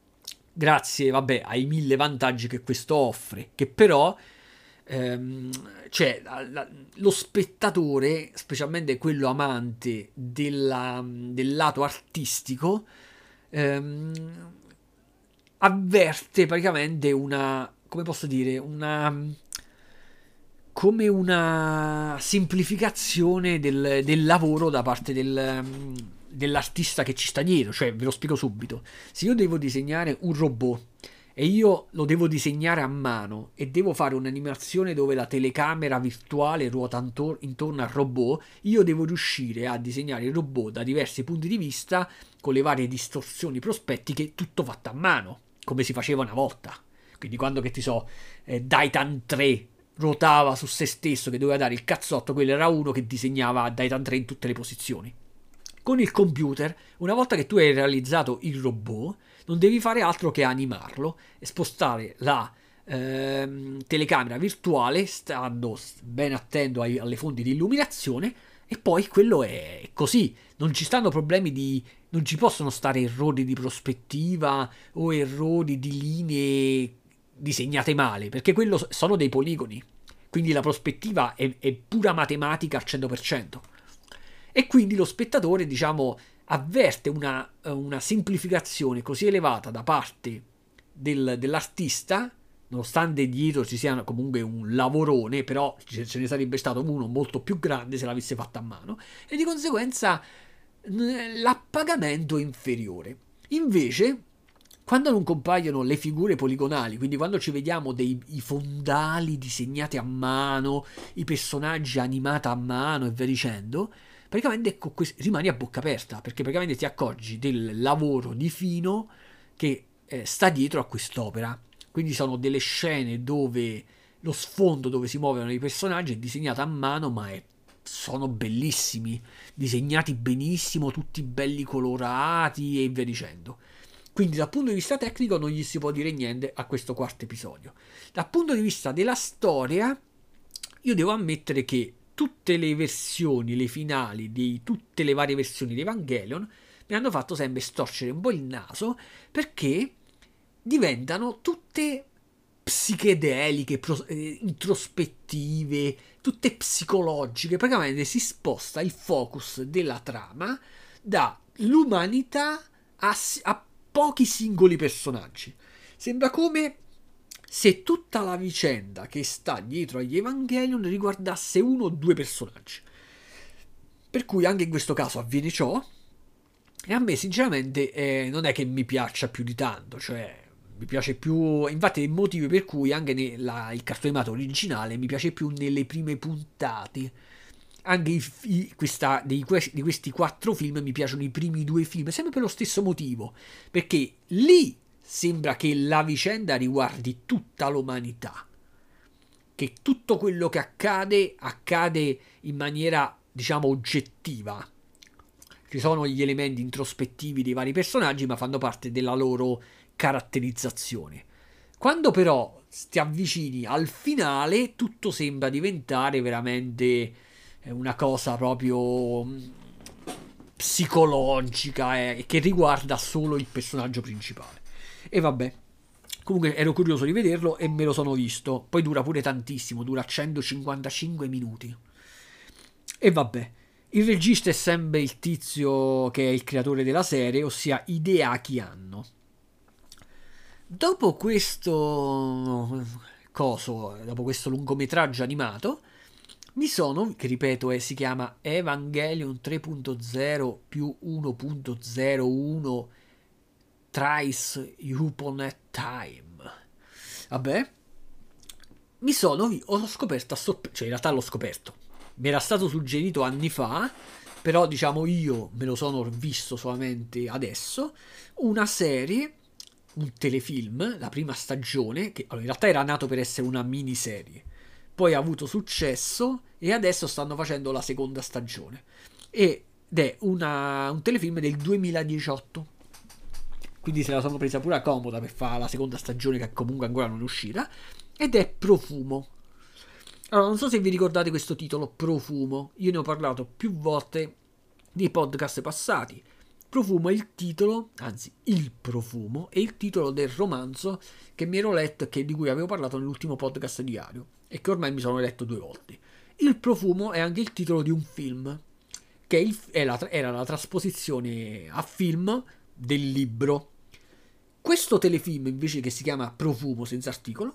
grazie, vabbè, ai mille vantaggi che questo offre, che però ehm, cioè la, la, lo spettatore, specialmente quello amante della, del lato artistico, ehm, avverte praticamente una, come posso dire, una come una semplificazione del, del lavoro da parte del, dell'artista che ci sta dietro. Cioè, ve lo spiego subito: se io devo disegnare un robot e io lo devo disegnare a mano e devo fare un'animazione dove la telecamera virtuale ruota intor- intorno al robot, io devo riuscire a disegnare il robot da diversi punti di vista, con le varie distorsioni prospettiche, tutto fatto a mano, come si faceva una volta. Quindi quando, che ti so, eh, Daitan tre ruotava su se stesso, che doveva dare il cazzotto, quello era uno che disegnava Daitan tre in tutte le posizioni. Con il computer, una volta che tu hai realizzato il robot, non devi fare altro che animarlo e spostare la ehm, telecamera virtuale, stando ben attento ai, alle fonti di illuminazione, e poi quello è così. Non ci stanno problemi di... non ci possono stare errori di prospettiva o errori di linee disegnate male, perché quello sono dei poligoni, quindi la prospettiva è, è pura matematica al cento per cento. E quindi lo spettatore, diciamo, avverte una, una semplificazione così elevata da parte del, dell'artista, nonostante dietro ci sia comunque un lavorone, però ce ne sarebbe stato uno molto più grande se l'avesse fatta a mano, e di conseguenza l'appagamento è inferiore. Invece, quando non compaiono le figure poligonali, quindi quando ci vediamo dei i fondali disegnati a mano, i personaggi animati a mano e via dicendo, praticamente rimani a bocca aperta, perché praticamente ti accorgi del lavoro di fino che eh, sta dietro a quest'opera. Quindi sono delle scene dove lo sfondo dove si muovono i personaggi è disegnato a mano, ma è, sono bellissimi, disegnati benissimo, tutti belli colorati e via dicendo. Quindi dal punto di vista tecnico non gli si può dire niente a questo quarto episodio. Dal punto di vista della storia, io devo ammettere che tutte le versioni, le finali di tutte le varie versioni di Evangelion mi hanno fatto sempre storcere un po' il naso, perché diventano tutte psichedeliche, pro, eh, introspettive, tutte psicologiche. Praticamente si sposta il focus della trama dall'umanità a, a pochi singoli personaggi. Sembra come se tutta la vicenda che sta dietro agli Evangelion riguardasse uno o due personaggi. Per cui anche in questo caso avviene ciò, e a me sinceramente eh, non è che mi piaccia più di tanto, cioè mi piace più, infatti il motivo per cui anche nella, il cartone animato originale mi piace più nelle prime puntate. Anche i, i, questa, dei, di questi quattro film mi piacciono i primi due film, sempre per lo stesso motivo, perché lì sembra che la vicenda riguardi tutta l'umanità, che tutto quello che accade accade in maniera, diciamo, oggettiva. Ci sono gli elementi introspettivi dei vari personaggi, ma fanno parte della loro caratterizzazione. Quando però ti avvicini al finale, tutto sembra diventare veramente una cosa proprio psicologica e eh, che riguarda solo il personaggio principale. E vabbè, comunque ero curioso di vederlo e me lo sono visto. Poi dura pure tantissimo, dura centocinquantacinque minuti. E vabbè, il regista è sempre il tizio che è il creatore della serie, ossia Hideaki Anno. Dopo questo coso, dopo questo lungometraggio animato, mi sono, che ripeto è, si chiama Evangelion tre punto zero più uno punto zero uno Thrice Upon Time. Vabbè, mi sono, ho scoperto, cioè in realtà l'ho scoperto, mi era stato suggerito anni fa, però diciamo io me lo sono visto solamente adesso, una serie, un telefilm, la prima stagione, che allora, in realtà era nato per essere una miniserie, poi ha avuto successo e adesso stanno facendo la seconda stagione, ed è una, un telefilm del duemiladiciotto, quindi se la sono presa pure comoda per fare la seconda stagione che comunque ancora non è uscita, ed è Profumo. Allora, non so se vi ricordate questo titolo, Profumo, io ne ho parlato più volte nei podcast passati. Profumo è il titolo, anzi il profumo, è il titolo del romanzo che mi ero letto e che, di cui avevo parlato nell'ultimo podcast diario e che ormai mi sono letto due volte. Il profumo è anche il titolo di un film, che è il, è la, era la trasposizione a film del libro. Questo telefilm invece, che si chiama Profumo senza articolo,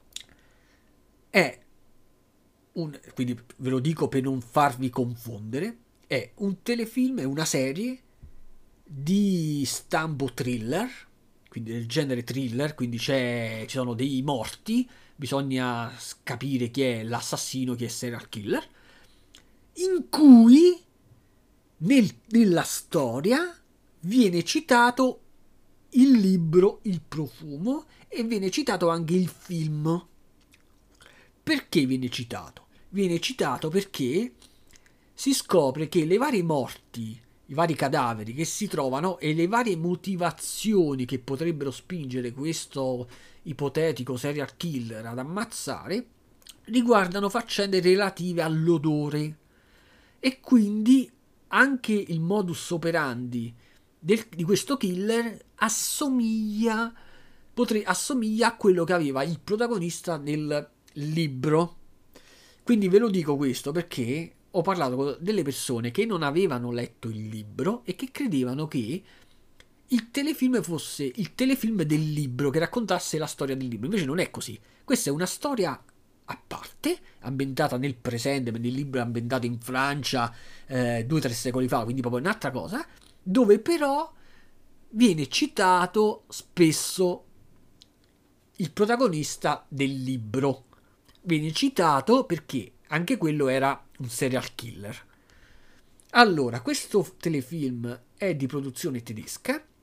è un, quindi ve lo dico per non farvi confondere, è un telefilm, è una serie di stampo thriller, quindi del genere thriller, quindi c'è, ci sono dei morti, bisogna capire chi è l'assassino, chi è il serial killer, in cui nel, nella storia viene citato il libro Il Profumo e viene citato anche il film. Perché viene citato? Viene citato perché si scopre che le varie morti, i vari cadaveri che si trovano e le varie motivazioni che potrebbero spingere questo ipotetico serial killer ad ammazzare riguardano faccende relative all'odore, e quindi anche il modus operandi del, di questo killer assomiglia, potre, assomiglia a quello che aveva il protagonista nel libro. Quindi ve lo dico questo perché ho parlato con delle persone che non avevano letto il libro e che credevano che il telefilm fosse il telefilm del libro, che raccontasse la storia del libro. Invece non è così. Questa è una storia a parte, ambientata nel presente, perché il libro è ambientato in Francia eh, due o tre secoli fa, quindi proprio un'altra cosa, dove però viene citato spesso il protagonista del libro. Viene citato perché anche quello era un serial killer. Allora, questo telefilm è di produzione tedesca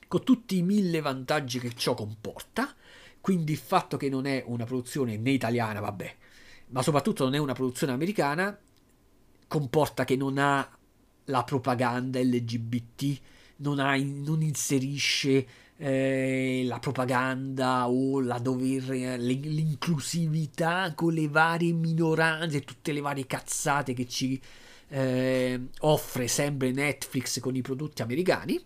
con tutti i mille vantaggi che ciò comporta. Quindi il fatto che non è una produzione né italiana, vabbè, ma soprattutto non è una produzione americana, comporta che non ha la propaganda L G B T, non, ha, non inserisce eh, la propaganda o la dover, l'inclusività con le varie minoranze, tutte le varie cazzate che ci eh, offre sempre Netflix con i prodotti americani.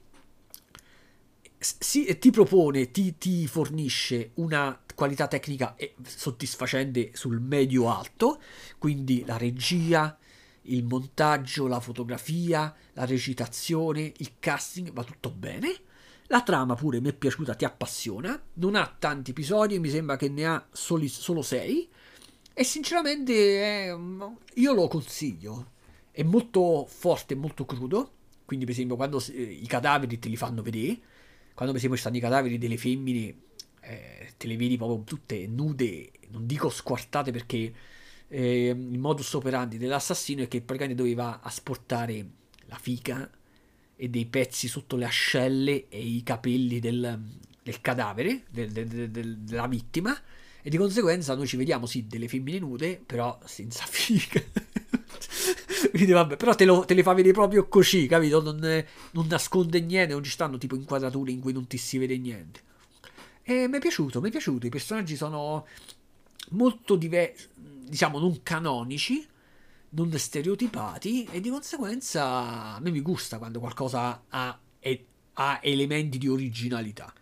Si, ti propone, ti, ti fornisce una qualità tecnica soddisfacente sul medio-alto, quindi la regia, il montaggio, la fotografia, la recitazione, il casting, va tutto bene. La trama pure mi è piaciuta, ti appassiona, non ha tanti episodi, mi sembra che ne ha soli, solo sei, e sinceramente è, io lo consiglio, è molto forte, molto crudo, quindi per esempio quando i cadaveri te li fanno vedere, quando per esempio stanno i cadaveri delle femmine, eh, te le vedi proprio tutte nude, non dico squartate perché eh, il modus operandi dell'assassino è che praticamente doveva asportare la fica e dei pezzi sotto le ascelle e i capelli del, del cadavere, del, del, del, della vittima, e di conseguenza noi ci vediamo sì delle femmine nude, però senza fica. Quindi vabbè, però te, lo, te le fa vedere proprio così, capito? Non, non nasconde niente, non ci stanno tipo inquadrature in cui non ti si vede niente. E mi è piaciuto, mi è piaciuto. I personaggi sono molto diversi, diciamo non canonici, non stereotipati, e di conseguenza a me mi gusta quando qualcosa ha, è, ha elementi di originalità.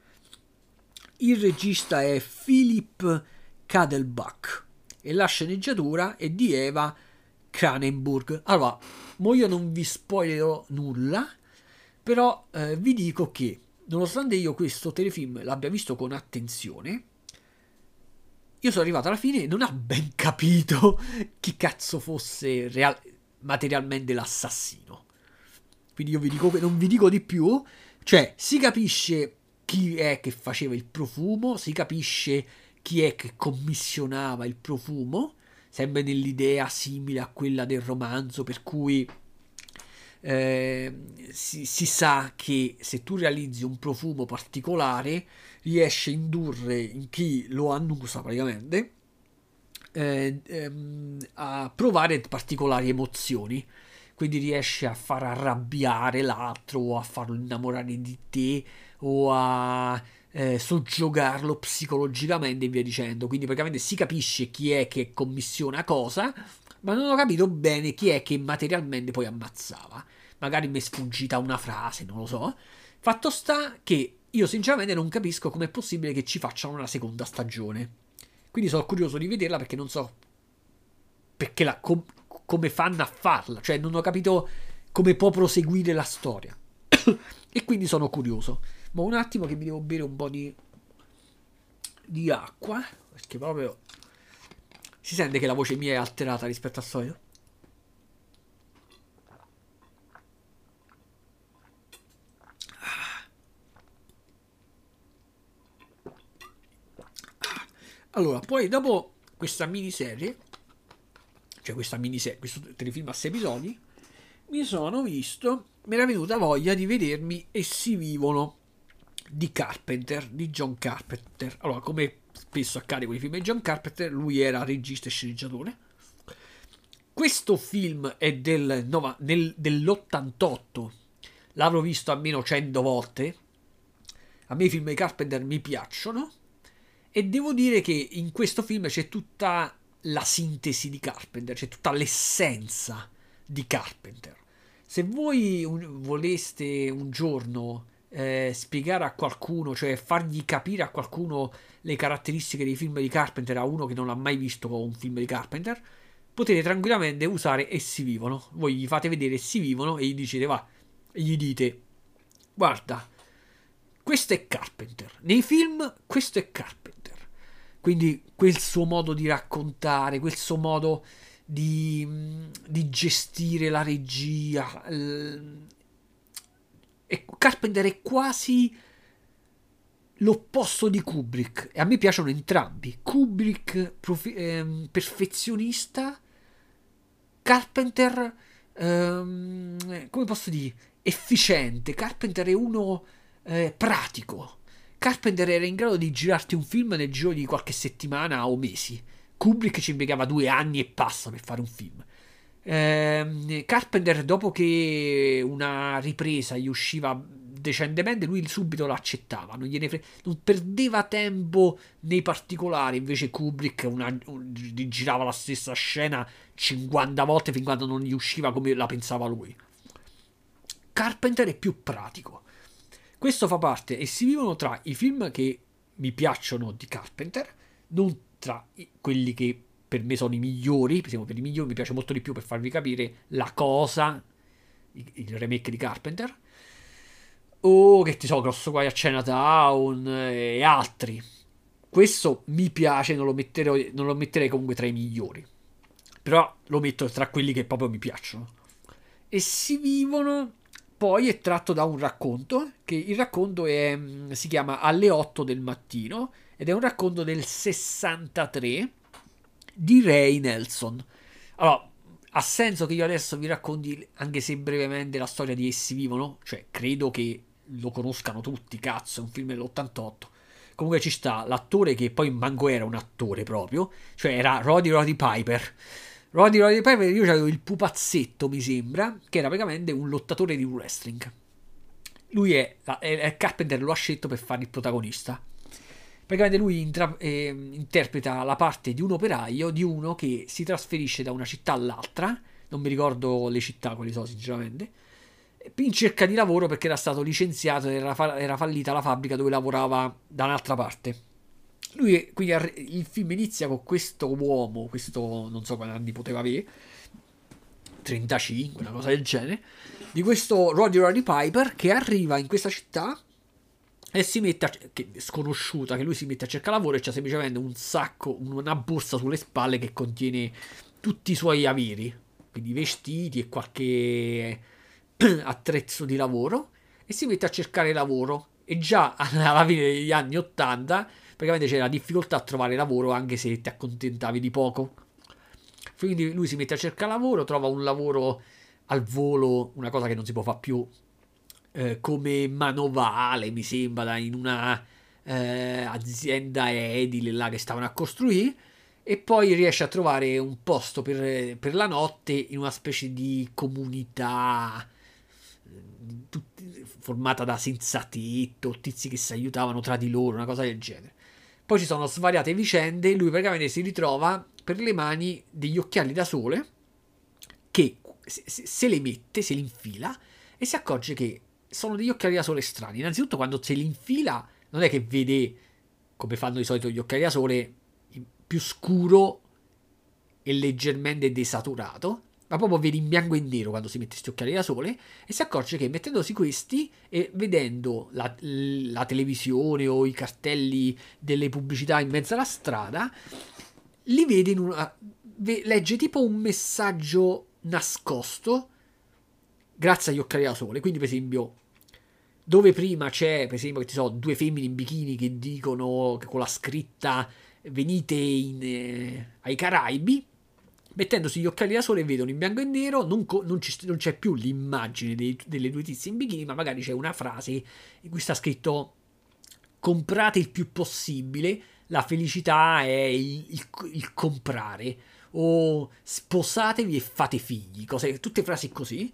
Il regista è Philip Kadelbach e la sceneggiatura è di Eva Cranenburg. Allora, mo io non vi spoilerò nulla, però eh, vi dico che nonostante io questo telefilm l'abbia visto con attenzione, io sono arrivato alla fine e non ho ben capito chi cazzo fosse real- materialmente l'assassino. Quindi io vi dico che non vi dico di più, cioè si capisce chi è che faceva il profumo, si capisce chi è che commissionava il profumo, sempre nell'idea simile a quella del romanzo, per cui eh, si, si sa che se tu realizzi un profumo particolare riesce a indurre in chi lo annusa praticamente eh, ehm, a provare particolari emozioni, quindi riesce a far arrabbiare l'altro o a farlo innamorare di te o a eh, soggiogarlo psicologicamente e via dicendo. Quindi praticamente si capisce chi è che commissiona cosa, ma non ho capito bene chi è che materialmente poi ammazzava. Magari mi è sfuggita una frase, non lo so. Fatto sta che io sinceramente non capisco com'è possibile che ci facciano una seconda stagione. Quindi sono curioso di vederla perché non so perché la, com, come fanno a farla. Cioè non ho capito come può proseguire la storia. E quindi sono curioso. Ma un attimo che mi devo bere un po' di, di acqua, perché proprio si sente che la voce mia è alterata rispetto al solito. Allora, poi dopo questa miniserie, cioè questa miniserie, questo telefilm a sei episodi, mi sono visto, mi era venuta voglia di vedermi Essi vivono di Carpenter, di John Carpenter. Allora, come spesso accade con i film di John Carpenter, lui era regista e sceneggiatore. Questo film è del, no, nel, dell'ottantotto, l'avrò visto almeno cento volte. A me i film di Carpenter mi piacciono e devo dire che in questo film c'è tutta la sintesi di Carpenter, c'è tutta l'essenza di Carpenter. Se voi un, voleste un giorno eh, spiegare a qualcuno, cioè fargli capire a qualcuno le caratteristiche dei film di Carpenter, a uno che non ha mai visto un film di Carpenter, potete tranquillamente usare Essi vivono. Voi gli fate vedere Essi vivono e gli dicete va, e gli dite guarda, questo è Carpenter. Nei film questo è Carpenter. Quindi quel suo modo di raccontare, quel suo modo di, di gestire la regia. E Carpenter è quasi l'opposto di Kubrick. E a me piacciono entrambi. Kubrick profi- ehm, perfezionista, Carpenter ehm, come posso dire, efficiente. Carpenter è uno eh, pratico. Carpenter era in grado di girarti un film nel giro di qualche settimana o mesi. Kubrick ci impiegava due anni e passa per fare un film. Eh, Carpenter, dopo che una ripresa gli usciva decentemente, lui subito l'accettava, non, gliene fre- non perdeva tempo nei particolari. Invece Kubrick una, un, girava la stessa scena cinquanta volte fin quando non gli usciva come la pensava lui. Carpenter è più pratico. Questo fa parte e si vivono tra i film che mi piacciono di Carpenter, non tra quelli che per me sono i migliori. Per esempio, per i migliori mi piace molto di più, per farvi capire, La Cosa, il remake di Carpenter, o che ti so, Grosso Guai a Chinatown e altri. Questo mi piace, non lo, metterei, non lo metterei comunque tra i migliori, però lo metto tra quelli che proprio mi piacciono. E si vivono poi è tratto da un racconto, che il racconto è, si chiama Alle otto del mattino, ed è un racconto del sessantatré di Ray Nelson. Allora, ha senso che io adesso vi racconti, anche se brevemente, la storia di Essi vivono? Cioè, credo che lo conoscano tutti, cazzo, è un film dell'ottantotto. Comunque ci sta l'attore che poi manco era un attore proprio, cioè era Roddy Roddy Piper. Roddy Roddy Piper, io avevo il pupazzetto, mi sembra, che era praticamente un lottatore di wrestling. Lui è, è, è Carpenter lo ha scelto per fare il protagonista. Praticamente lui intra- eh, interpreta la parte di un operaio, di uno che si trasferisce da una città all'altra, non mi ricordo le città quali sono sinceramente, in cerca di lavoro perché era stato licenziato, era, fa- era fallita la fabbrica dove lavorava da un'altra parte. Lui, quindi il film inizia con questo uomo, questo non so quanti anni poteva avere, trentacinque, una cosa del genere, di questo Roddy Roddy Piper che arriva in questa città e si mette a, che, sconosciuta, che lui si mette a cercare lavoro e c'ha semplicemente un sacco, una borsa sulle spalle che contiene tutti i suoi averi, quindi vestiti e qualche attrezzo di lavoro, e si mette a cercare lavoro. E già alla fine degli anni ottanta praticamente c'era difficoltà a trovare lavoro anche se ti accontentavi di poco. Quindi lui si mette a cercare lavoro, trova un lavoro al volo, una cosa che non si può fare più, eh, come manovale, mi sembra, in una eh, azienda edile là che stavano a costruire, e poi riesce a trovare un posto per, per la notte in una specie di comunità tutti, formata da senza tetto, tizi che si aiutavano tra di loro, una cosa del genere. Poi ci sono svariate vicende, lui praticamente si ritrova per le mani degli occhiali da sole che se, se le mette, se li infila e si accorge che sono degli occhiali da sole strani. Innanzitutto quando se li infila non è che vede, come fanno di solito gli occhiali da sole, più scuro e leggermente desaturato, ma proprio vedi in bianco e nero quando si mette questi occhiali da sole, e si accorge che mettendosi questi e vedendo la, la televisione o i cartelli delle pubblicità in mezzo alla strada, li vede in una, legge tipo un messaggio nascosto grazie agli occhiali da sole. Quindi per esempio dove prima c'è per esempio che ti so due femmine in bikini che dicono che con la scritta venite in, eh, ai Caraibi, mettendosi gli occhiali da sole vedono in bianco e nero, non, co- non, ci, non c'è più l'immagine dei, delle due tizie in bikini, ma magari c'è una frase in cui sta scritto comprate il più possibile, la felicità è il, il, il comprare, o sposatevi e fate figli, cose, tutte frasi così.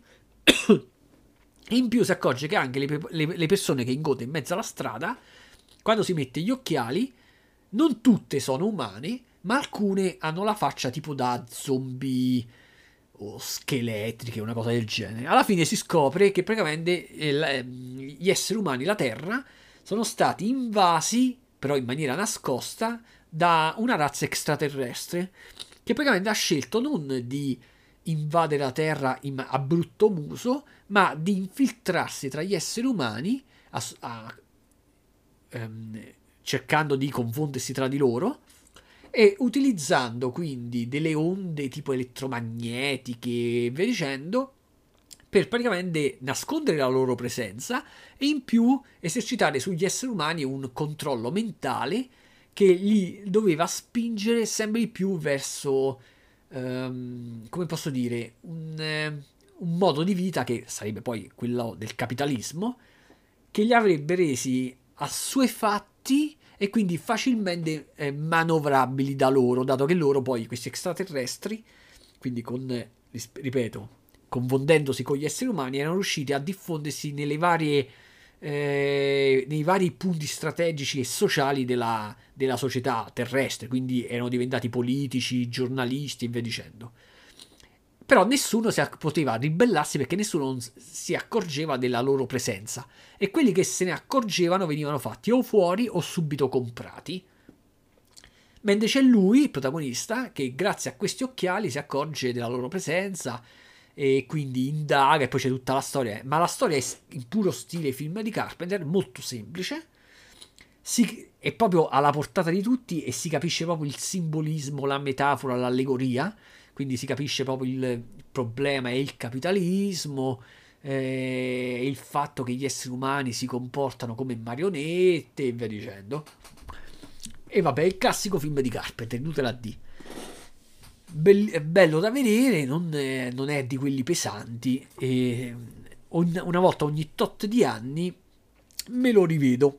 E in più si accorge che anche le, le, le persone che incontra in mezzo alla strada, quando si mette gli occhiali, non tutte sono umane, ma alcune hanno la faccia tipo da zombie o scheletriche, una cosa del genere. Alla fine si scopre che praticamente eh, gli esseri umani, la Terra, sono stati invasi, però in maniera nascosta, da una razza extraterrestre che praticamente ha scelto non di invadere la Terra in, a brutto muso, ma di infiltrarsi tra gli esseri umani a, a, ehm, cercando di confondersi tra di loro e utilizzando quindi delle onde tipo elettromagnetiche e via dicendo per praticamente nascondere la loro presenza e in più esercitare sugli esseri umani un controllo mentale che li doveva spingere sempre di più verso, um, come posso dire, un, eh, un modo di vita che sarebbe poi quello del capitalismo, che li avrebbe resi assuefatti e quindi facilmente eh, manovrabili da loro, dato che loro poi, questi extraterrestri, quindi con, eh, ripeto, confondendosi con gli esseri umani, erano riusciti a diffondersi nelle varie, eh, nei vari punti strategici e sociali della, della società terrestre, quindi erano diventati politici, giornalisti e via dicendo. Però nessuno si poteva ribellarsi perché nessuno si accorgeva della loro presenza, e quelli che se ne accorgevano venivano fatti o fuori o subito comprati. Mentre c'è lui, il protagonista, che grazie a questi occhiali si accorge della loro presenza e quindi indaga, e poi c'è tutta la storia. Ma la storia è in puro stile film di Carpenter, molto semplice, si, è proprio alla portata di tutti e si capisce proprio il simbolismo, la metafora, l'allegoria. Quindi si capisce proprio il problema è il capitalismo, eh, il fatto che gli esseri umani si comportano come marionette e via dicendo. E vabbè, il classico film di Carpenter, inutile a dire. Be- bello da vedere, non è, non è di quelli pesanti, e ogni, una volta ogni tot di anni me lo rivedo.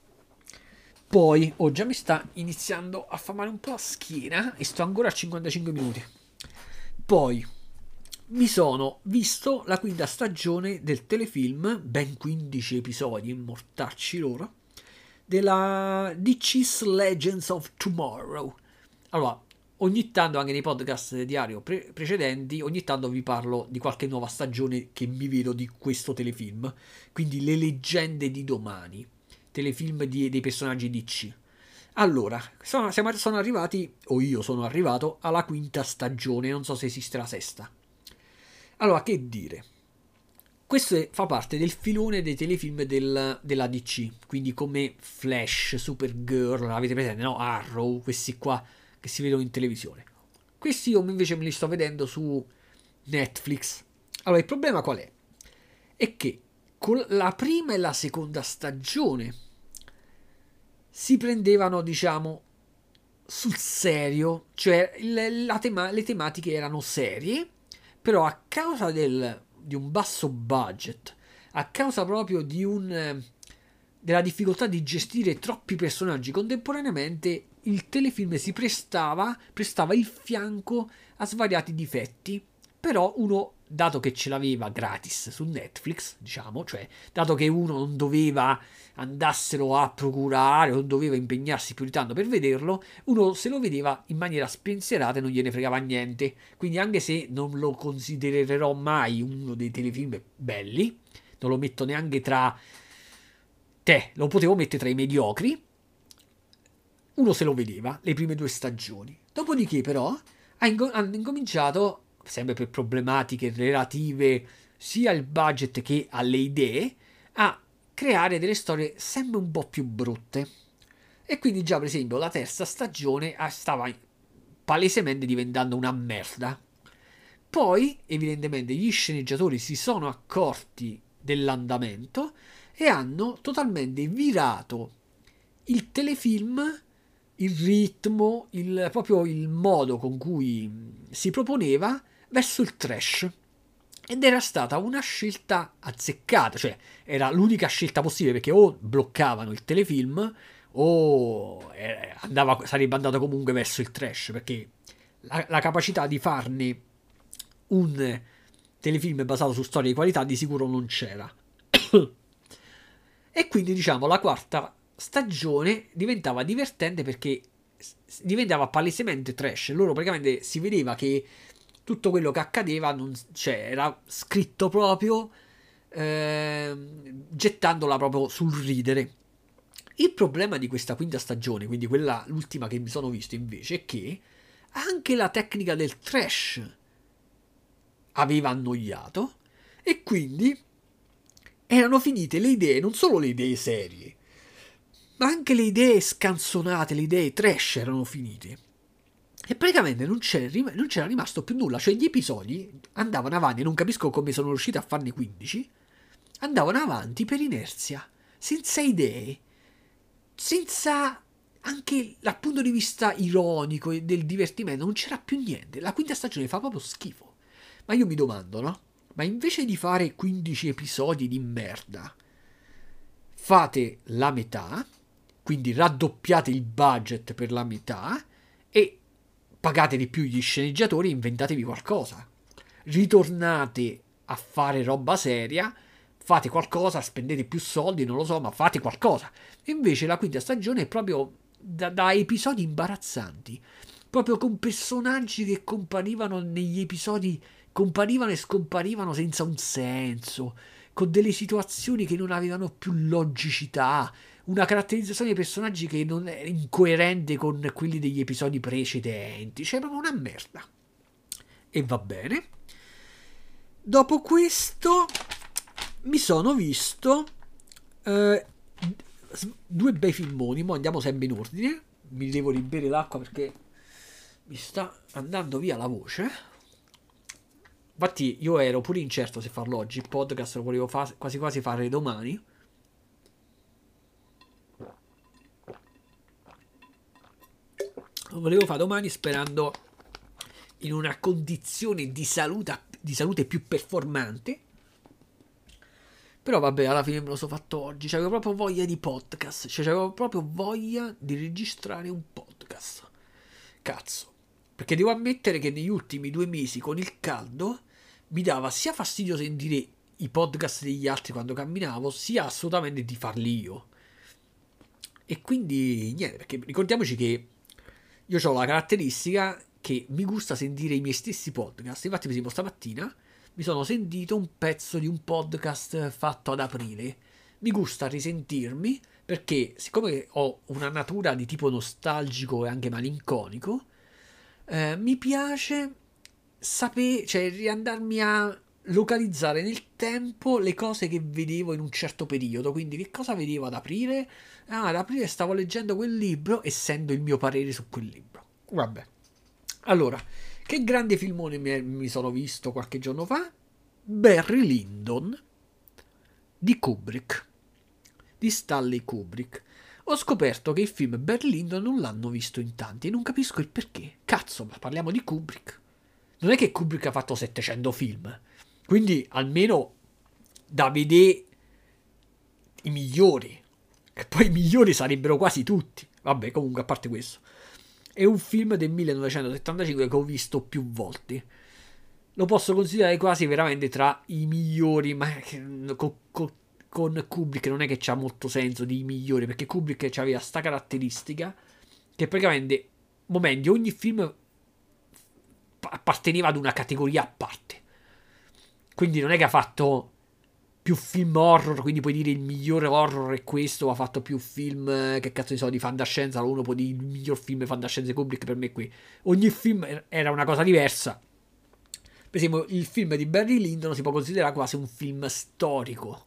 Poi, oh, già mi sta iniziando a far male un po' la schiena e sto ancora a cinquantacinque minuti. Poi mi sono visto la quinta stagione del telefilm, ben quindici episodi, mortacci loro, della D C's Legends of Tomorrow. Allora, ogni tanto, anche nei podcast diario pre- precedenti, ogni tanto vi parlo di qualche nuova stagione che mi vedo di questo telefilm. Quindi le leggende di domani, telefilm di, dei personaggi D C. Allora, sono, siamo, sono arrivati, o io sono arrivato, alla quinta stagione, non so se esiste la sesta. Allora, che dire? Questo è, fa parte del filone dei telefilm del, della D C, quindi come Flash, Supergirl, avete presente, no? Arrow, questi qua che si vedono in televisione. Questi io invece me li sto vedendo su Netflix. Allora, il problema qual è? È che con la prima e la seconda stagione si prendevano, diciamo, sul serio, cioè le, la tema, le tematiche erano serie, però a causa del, di un basso budget, a causa proprio di un, della difficoltà di gestire troppi personaggi contemporaneamente, il telefilm si prestava, prestava il fianco a svariati difetti. Però uno, dato che ce l'aveva gratis su Netflix, diciamo, cioè dato che uno non doveva andassero a procurare o non doveva impegnarsi più di tanto per vederlo, uno se lo vedeva in maniera spensierata e non gliene fregava niente. Quindi anche se non lo considererò mai uno dei telefilm belli, non lo metto neanche tra te, lo potevo mettere tra i mediocri, uno se lo vedeva le prime due stagioni. Dopodiché però hanno incominciato, sempre per problematiche relative sia al budget che alle idee, a creare delle storie sempre un po' più brutte. E quindi già, per esempio, la terza stagione stava palesemente diventando una merda. Poi, evidentemente, gli sceneggiatori si sono accorti dell'andamento e hanno totalmente virato il telefilm, il ritmo, il, proprio il modo con cui si proponeva verso il trash. Ed era stata una scelta azzeccata, cioè era l'unica scelta possibile, perché o bloccavano il telefilm o andava, sarebbe andato comunque verso il trash, perché la, la capacità di farne un telefilm basato su storie di qualità di sicuro non c'era. E quindi, diciamo, la quarta stagione diventava divertente perché diventava palesemente trash. Loro praticamente si vedeva che tutto quello che accadeva non, cioè, era scritto proprio eh, gettandola proprio sul ridere. Il problema di questa quinta stagione, quindi quella l'ultima che mi sono visto invece, è che anche la tecnica del trash aveva annoiato e quindi erano finite le idee, non solo le idee serie, ma anche le idee scanzonate, le idee trash erano finite. E praticamente non c'era, non c'era rimasto più nulla, cioè gli episodi andavano avanti, non capisco come sono riusciti a farne quindici, andavano avanti per inerzia, senza idee, senza anche dal punto di vista ironico e del divertimento, non c'era più niente. La quinta stagione fa proprio schifo. Ma io mi domando, no? Ma invece di fare quindici episodi di merda, fate la metà, quindi raddoppiate il budget per la metà e pagate di più gli sceneggiatori e inventatevi qualcosa. Ritornate a fare roba seria, fate qualcosa, spendete più soldi, non lo so, ma fate qualcosa. Invece la quinta stagione è proprio da, da episodi imbarazzanti, proprio con personaggi che comparivano negli episodi, comparivano e scomparivano senza un senso, con delle situazioni che non avevano più logicità, una caratterizzazione dei personaggi che non è incoerente con quelli degli episodi precedenti, cioè proprio una merda. E va bene. Dopo questo mi sono visto eh, due bei filmoni, mo andiamo sempre in ordine, mi devo ribere l'acqua perché mi sta andando via la voce. Infatti io ero pure incerto se farlo oggi, il podcast lo volevo fa- quasi quasi fare domani. Lo volevo fare domani sperando in una condizione di salute, di salute più performante. Però vabbè, alla fine me lo sono fatto oggi. C'avevo proprio voglia di podcast. Cioè, c'avevo proprio voglia di registrare un podcast. Cazzo. Perché devo ammettere che negli ultimi due mesi con il caldo mi dava sia fastidio sentire i podcast degli altri quando camminavo, sia assolutamente di farli io. E quindi niente, perché ricordiamoci che io ho la caratteristica che mi gusta sentire i miei stessi podcast. Infatti, per esempio, stamattina mi sono sentito un pezzo di un podcast fatto ad aprile. Mi gusta risentirmi perché, siccome ho una natura di tipo nostalgico e anche malinconico, eh, mi piace sapere, cioè riandarmi a localizzare nel tempo le cose che vedevo in un certo periodo. Quindi che cosa vedevo ad aprile? Ah, ad aprile stavo leggendo quel libro, essendo il mio parere su quel libro. Vabbè. Allora, che grande filmone mi, mi sono visto qualche giorno fa? Barry Lyndon di Kubrick, di Stanley Kubrick. Ho scoperto che il film Barry Lyndon non l'hanno visto in tanti e non capisco il perché. Cazzo, ma parliamo di Kubrick. Non è che Kubrick ha fatto settecento film, quindi almeno da vedere i migliori. E poi i migliori sarebbero quasi tutti. Vabbè, comunque, a parte questo. È un film del millenovecentosettantacinque che ho visto più volte. Lo posso considerare quasi veramente tra i migliori, ma con, con, con Kubrick non è che c'ha molto senso di migliori, perché Kubrick aveva sta caratteristica che praticamente momenti ogni film apparteneva ad una categoria a parte. Quindi non è che ha fatto più film horror, quindi puoi dire il migliore horror è questo, ha fatto più film, che cazzo ne so, di fantascienza, uno può dire il miglior film di fantascienza di Kubrick, per me è qui. Ogni film era una cosa diversa. Per esempio, il film di Barry Lyndon si può considerare quasi un film storico.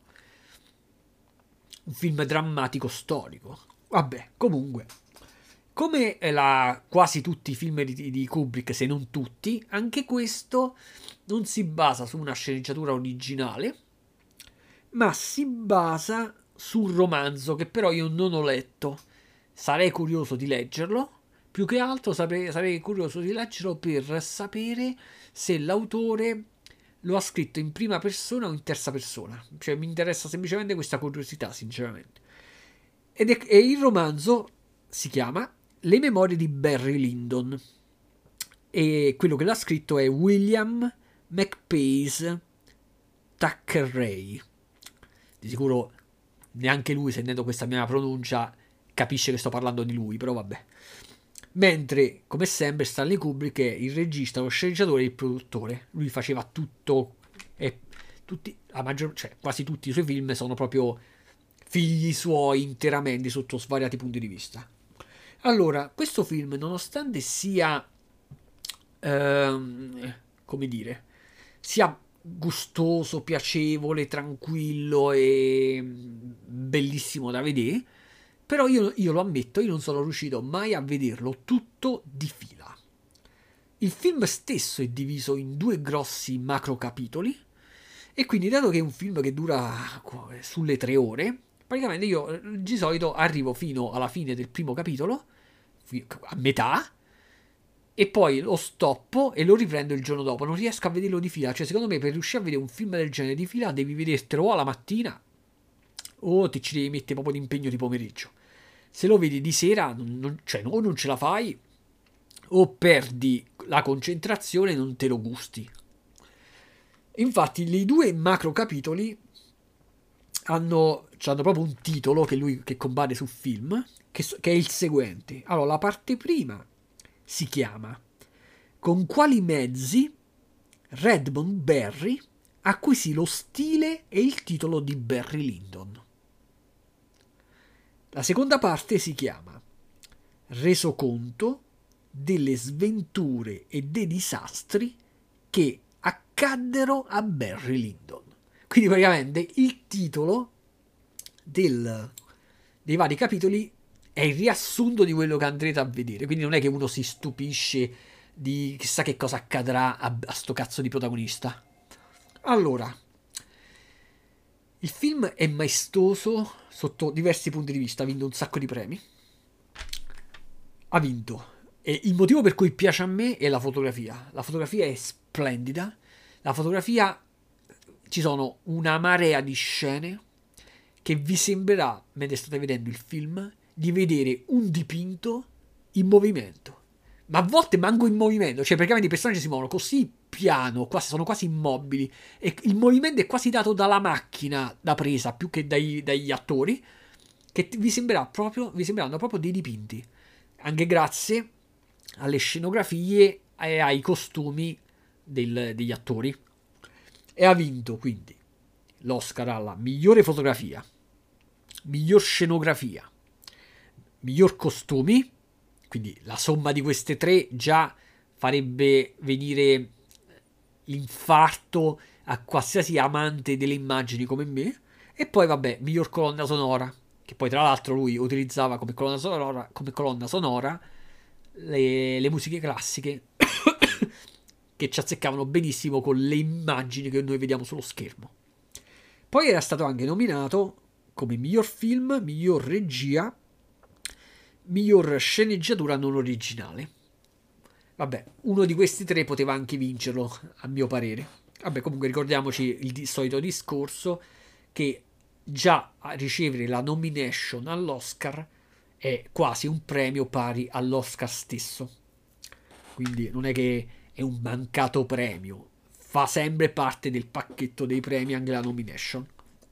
Un film drammatico storico. Vabbè, comunque. Come la, quasi tutti i film di, di Kubrick, se non tutti, anche questo non si basa su una sceneggiatura originale, ma si basa su un romanzo che però io non ho letto. Sarei curioso di leggerlo. Più che altro sarei, sarei curioso di leggerlo per sapere se l'autore lo ha scritto in prima persona o in terza persona. Cioè mi interessa semplicemente questa curiosità, sinceramente. Ed è, e il romanzo si chiama Le memorie di Barry Lyndon. E quello che l'ha scritto è William Makepeace Thackeray. Di sicuro neanche lui, sentendo questa mia pronuncia, capisce che sto parlando di lui, però vabbè. Mentre, come sempre, Stanley Kubrick è il regista, lo sceneggiatore e il produttore. Lui faceva tutto e tutti, la maggior, cioè quasi tutti i suoi film sono proprio figli suoi interamente sotto svariati punti di vista. Allora, questo film, nonostante sia ehm, come dire, sia gustoso, piacevole, tranquillo e bellissimo da vedere, però io, io lo ammetto, io non sono riuscito mai a vederlo tutto di fila. Il film stesso è diviso in due grossi macro capitoli e quindi, dato che è un film che dura sulle tre ore, praticamente io di solito arrivo fino alla fine del primo capitolo, a metà, e poi lo stoppo e lo riprendo il giorno dopo. Non riesco a vederlo di fila. Cioè, secondo me, per riuscire a vedere un film del genere di fila devi vedertelo o alla mattina o ti ci devi mettere proprio d'impegno di pomeriggio. Se lo vedi di sera, non, non- cioè, o non ce la fai, o perdi la concentrazione e non te lo gusti. Infatti, i due macro capitoli hanno, hanno proprio un titolo che lui che compare sul film, che, so- che è il seguente. Allora, la parte prima si chiama Con quali mezzi Redmond Barry acquisì lo stile e il titolo di Barry Lyndon. La seconda parte si chiama Resoconto delle sventure e dei disastri che accaddero a Barry Lyndon. Quindi praticamente il titolo del, dei vari capitoli è il riassunto di quello che andrete a vedere. Quindi non è che uno si stupisce di chissà che cosa accadrà a, a sto cazzo di protagonista. Allora, il film è maestoso sotto diversi punti di vista, ha vinto un sacco di premi. Ha vinto. E il motivo per cui piace a me è la fotografia. La fotografia è splendida. La fotografia, ci sono una marea di scene che vi sembrerà, mentre state vedendo il film, di vedere un dipinto in movimento. Ma a volte manco in movimento, cioè praticamente i personaggi si muovono così piano, quasi, sono quasi immobili, e il movimento è quasi dato dalla macchina da presa più che dai, dagli attori, che vi sembrerà proprio, vi sembreranno proprio dei dipinti, anche grazie alle scenografie e ai costumi del, degli attori. E ha vinto quindi l'Oscar alla migliore fotografia, miglior scenografia, miglior costumi, quindi la somma di queste tre già farebbe venire l'infarto a qualsiasi amante delle immagini come me. E poi vabbè, miglior colonna sonora, che poi tra l'altro lui utilizzava come colonna sonora, come colonna sonora le, le musiche classiche che ci azzeccavano benissimo con le immagini che noi vediamo sullo schermo. Poi era stato anche nominato come miglior film, miglior regia, miglior sceneggiatura non originale. Vabbè, uno di questi tre poteva anche vincerlo, a mio parere. Vabbè, comunque ricordiamoci il di- solito discorso che già a ricevere la nomination all'Oscar è quasi un premio pari all'Oscar stesso. Quindi non è che è un mancato premio, fa sempre parte del pacchetto dei premi anche la nomination.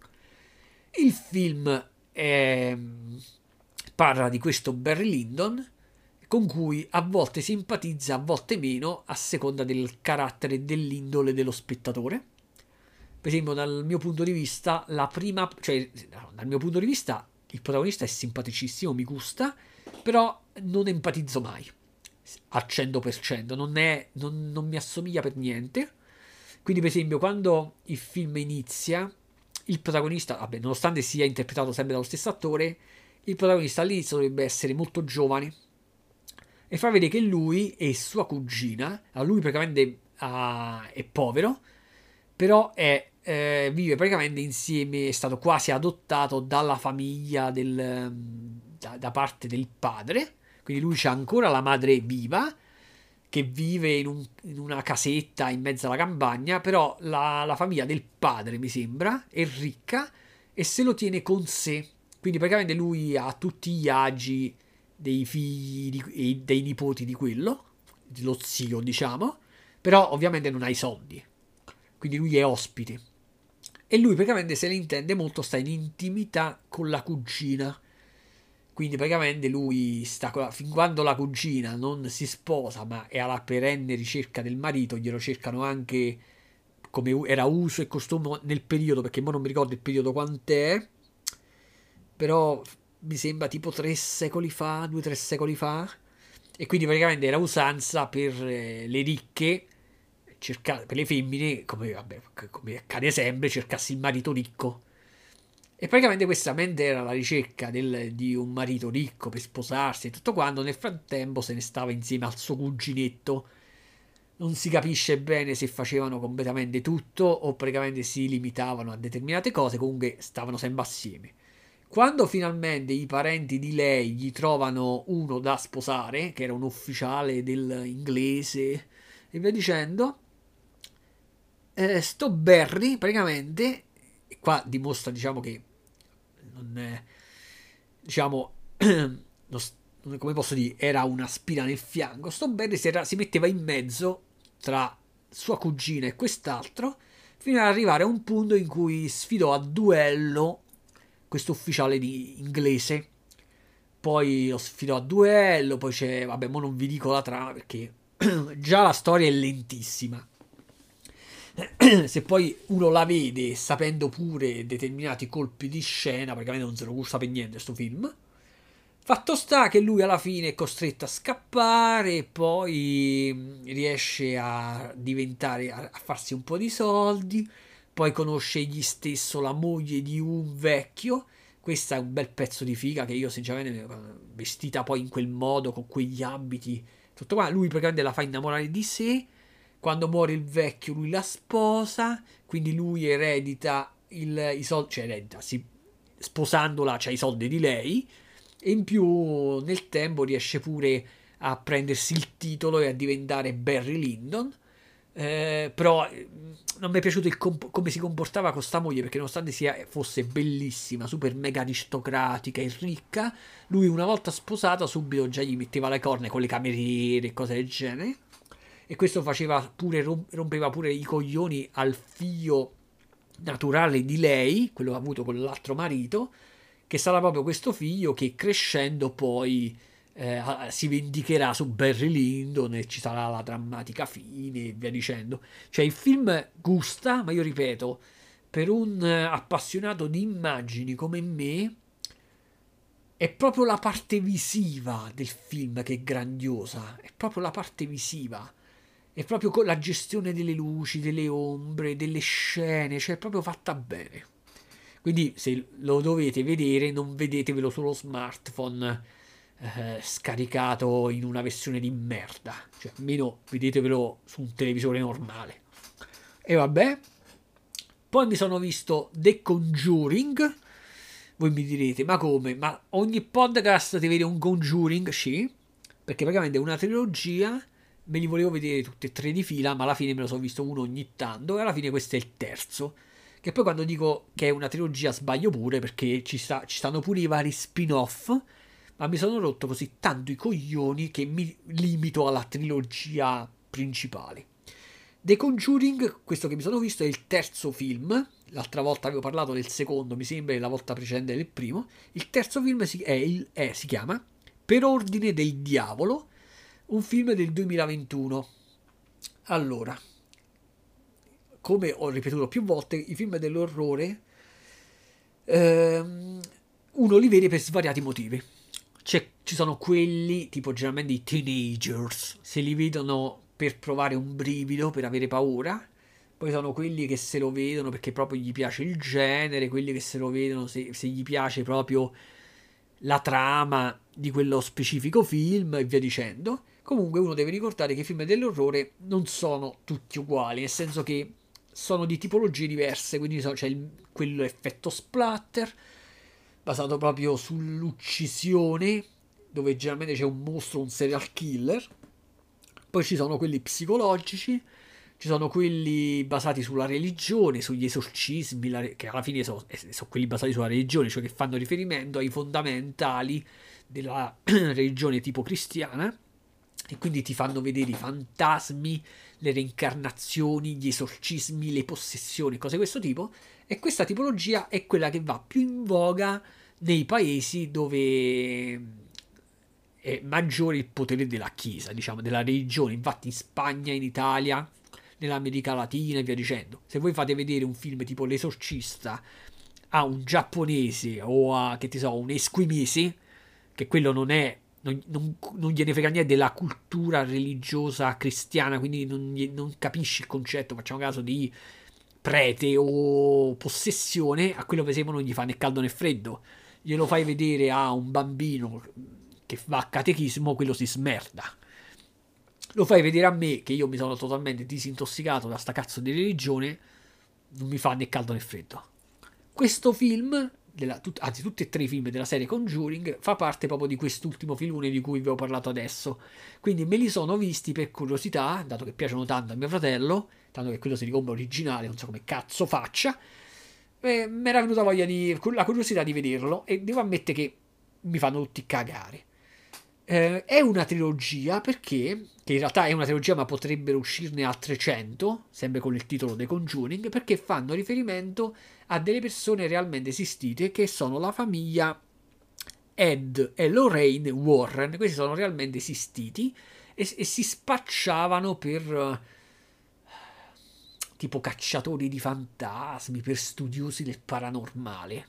Il film è... parla di questo Barry Lyndon con cui a volte simpatizza, a volte meno, a seconda del carattere e dell'indole dello spettatore. Per esempio, dal mio punto di vista, la prima, cioè, dal mio punto di vista, il protagonista è simpaticissimo, mi gusta, però non empatizzo mai al cento per cento, non, è, non, non mi assomiglia per niente. Quindi, per esempio, quando il film inizia, il protagonista, vabbè, nonostante sia interpretato sempre dallo stesso attore, il protagonista all'inizio dovrebbe essere molto giovane e fa vedere che lui e sua cugina, a lui praticamente uh, è povero, però è, eh, vive praticamente insieme, è stato quasi adottato dalla famiglia del, da, da parte del padre, quindi lui c'ha ancora la madre viva, che vive in, un, in una casetta in mezzo alla campagna, però la, la famiglia del padre, mi sembra, è ricca e se lo tiene con sé. Quindi praticamente lui ha tutti gli agi dei figli di, e dei nipoti di quello, lo zio diciamo, però ovviamente non ha i soldi, quindi lui è ospite. E lui praticamente se ne intende molto, sta in intimità con la cugina. Quindi praticamente lui sta con la, fin quando la cugina non si sposa ma è alla perenne ricerca del marito, glielo cercano anche come era uso e costume nel periodo, perché ora non mi ricordo il periodo quant'è, però mi sembra tipo tre secoli fa, due o tre secoli fa, e quindi praticamente era usanza per eh, le ricche, cercare, per le femmine, come, vabbè, come accade sempre, cercarsi il marito ricco. E praticamente questa mente era alla ricerca del, di un marito ricco per sposarsi e tutto quanto, nel frattempo se ne stava insieme al suo cuginetto. Non si capisce bene se facevano completamente tutto o praticamente si limitavano a determinate cose, comunque stavano sempre assieme. Quando finalmente i parenti di lei gli trovano uno da sposare, che era un ufficiale dell'inglese e via dicendo, eh, sto Barry praticamente, e qua dimostra diciamo che non è, diciamo, non, come posso dire, era una spina nel fianco. Sto bene si, era, si metteva in mezzo tra sua cugina e quest'altro, fino ad arrivare a un punto in cui sfidò a duello questo ufficiale di inglese. Poi lo sfidò a duello, poi c'è, vabbè, mo non vi dico la trama perché già la storia è lentissima. Se poi uno la vede sapendo pure determinati colpi di scena, praticamente non se lo gusta per niente sto film. Fatto sta che lui alla fine è costretto a scappare e poi riesce a diventare, a farsi un po' di soldi, poi conosce egli stesso la moglie di un vecchio. Questo è un bel pezzo di figa che io sinceramente, vestita poi in quel modo, con quegli abiti, tutto qua, lui praticamente la fa innamorare di sé. Quando muore il vecchio lui la sposa, quindi lui eredita il, i soldi, cioè eredita, si, sposandola c'ha i soldi di lei, e in più nel tempo riesce pure a prendersi il titolo e a diventare Barry Lyndon. Eh, però non mi è piaciuto il comp- come si comportava con sta moglie, perché nonostante sia, fosse bellissima, super mega aristocratica e ricca, lui una volta sposata subito già gli metteva le corna con le cameriere e cose del genere, e questo faceva pure, rompeva pure i coglioni al figlio naturale di lei, quello avuto con l'altro marito, che sarà proprio questo figlio che crescendo poi eh, si vendicherà su Barry Lyndon e ci sarà la drammatica fine e via dicendo. Cioè il film gusta, ma io ripeto, per un appassionato di immagini come me è proprio la parte visiva del film che è grandiosa, è proprio la parte visiva, è proprio la gestione delle luci, delle ombre, delle scene, cioè è proprio fatta bene. Quindi se lo dovete vedere, non vedetevelo sullo smartphone eh, scaricato in una versione di merda, cioè almeno vedetevelo su un televisore normale. E vabbè, poi mi sono visto The Conjuring. Voi mi direte, ma come? Ma ogni podcast ti vede un Conjuring? Sì, perché praticamente è una trilogia. Me li volevo vedere tutti e tre di fila, ma alla fine me lo sono visto uno ogni tanto, e alla fine questo è il terzo. Che poi quando dico che è una trilogia sbaglio pure, perché ci, sta, ci stanno pure i vari spin-off, ma mi sono rotto così tanto i coglioni che mi limito alla trilogia principale. The Conjuring, questo che mi sono visto, è il terzo film. L'altra volta avevo parlato del secondo, mi sembra, e la volta precedente del primo. Il terzo film si, è il, è, si chiama Per ordine del diavolo, un film del duemilaventuno. Allora, come ho ripetuto più volte, i film dell'orrore ehm, uno li vede per svariati motivi. C'è, ci sono quelli, tipo generalmente i teenagers, se li vedono per provare un brivido, per avere paura. Poi sono quelli che se lo vedono perché proprio gli piace il genere, quelli che se lo vedono se, se gli piace proprio la trama di quello specifico film e via dicendo. Comunque uno deve ricordare che i film dell'orrore non sono tutti uguali, nel senso che sono di tipologie diverse, quindi c'è il, quello effetto splatter basato proprio sull'uccisione, dove generalmente c'è un mostro, un serial killer. Poi ci sono quelli psicologici, ci sono quelli basati sulla religione, sugli esorcismi, la, che alla fine sono, sono quelli basati sulla religione, cioè che fanno riferimento ai fondamentali della religione tipo cristiana, e quindi ti fanno vedere i fantasmi, le reincarnazioni, gli esorcismi, le possessioni, cose di questo tipo. E questa tipologia è quella che va più in voga nei paesi dove è maggiore il potere della Chiesa, diciamo, della religione. Infatti in Spagna, in Italia, nell'America Latina e via dicendo. Se voi fate vedere un film tipo L'Esorcista a un giapponese o a, che ti so, un esquimese, che quello non è, non, non, non gliene frega niente della cultura religiosa cristiana, quindi non, non capisci il concetto, facciamo caso, di prete o possessione, a quello per esempio non gli fa né caldo né freddo. Glielo fai vedere a un bambino che va a catechismo, quello si smerda. Lo fai vedere a me, che io mi sono totalmente disintossicato da sta cazzo di religione, non mi fa né caldo né freddo. Questo film, della, tut, anzi tutti e tre i film della serie Conjuring, fa parte proprio di quest'ultimo filone di cui vi ho parlato adesso. Quindi me li sono visti per curiosità, dato che piacciono tanto a mio fratello, tanto che quello si ricompra originale, non so come cazzo faccia. E mi era venuta voglia di, la curiosità di vederlo, e devo ammettere che mi fanno tutti cagare. Eh, è una trilogia perché, che in realtà è una trilogia ma potrebbero uscirne altre cento, sempre con il titolo The Conjuring, perché fanno riferimento a delle persone realmente esistite che sono la famiglia Ed e Lorraine Warren. Questi sono realmente esistiti e, e si spacciavano per uh, tipo cacciatori di fantasmi, per studiosi del paranormale.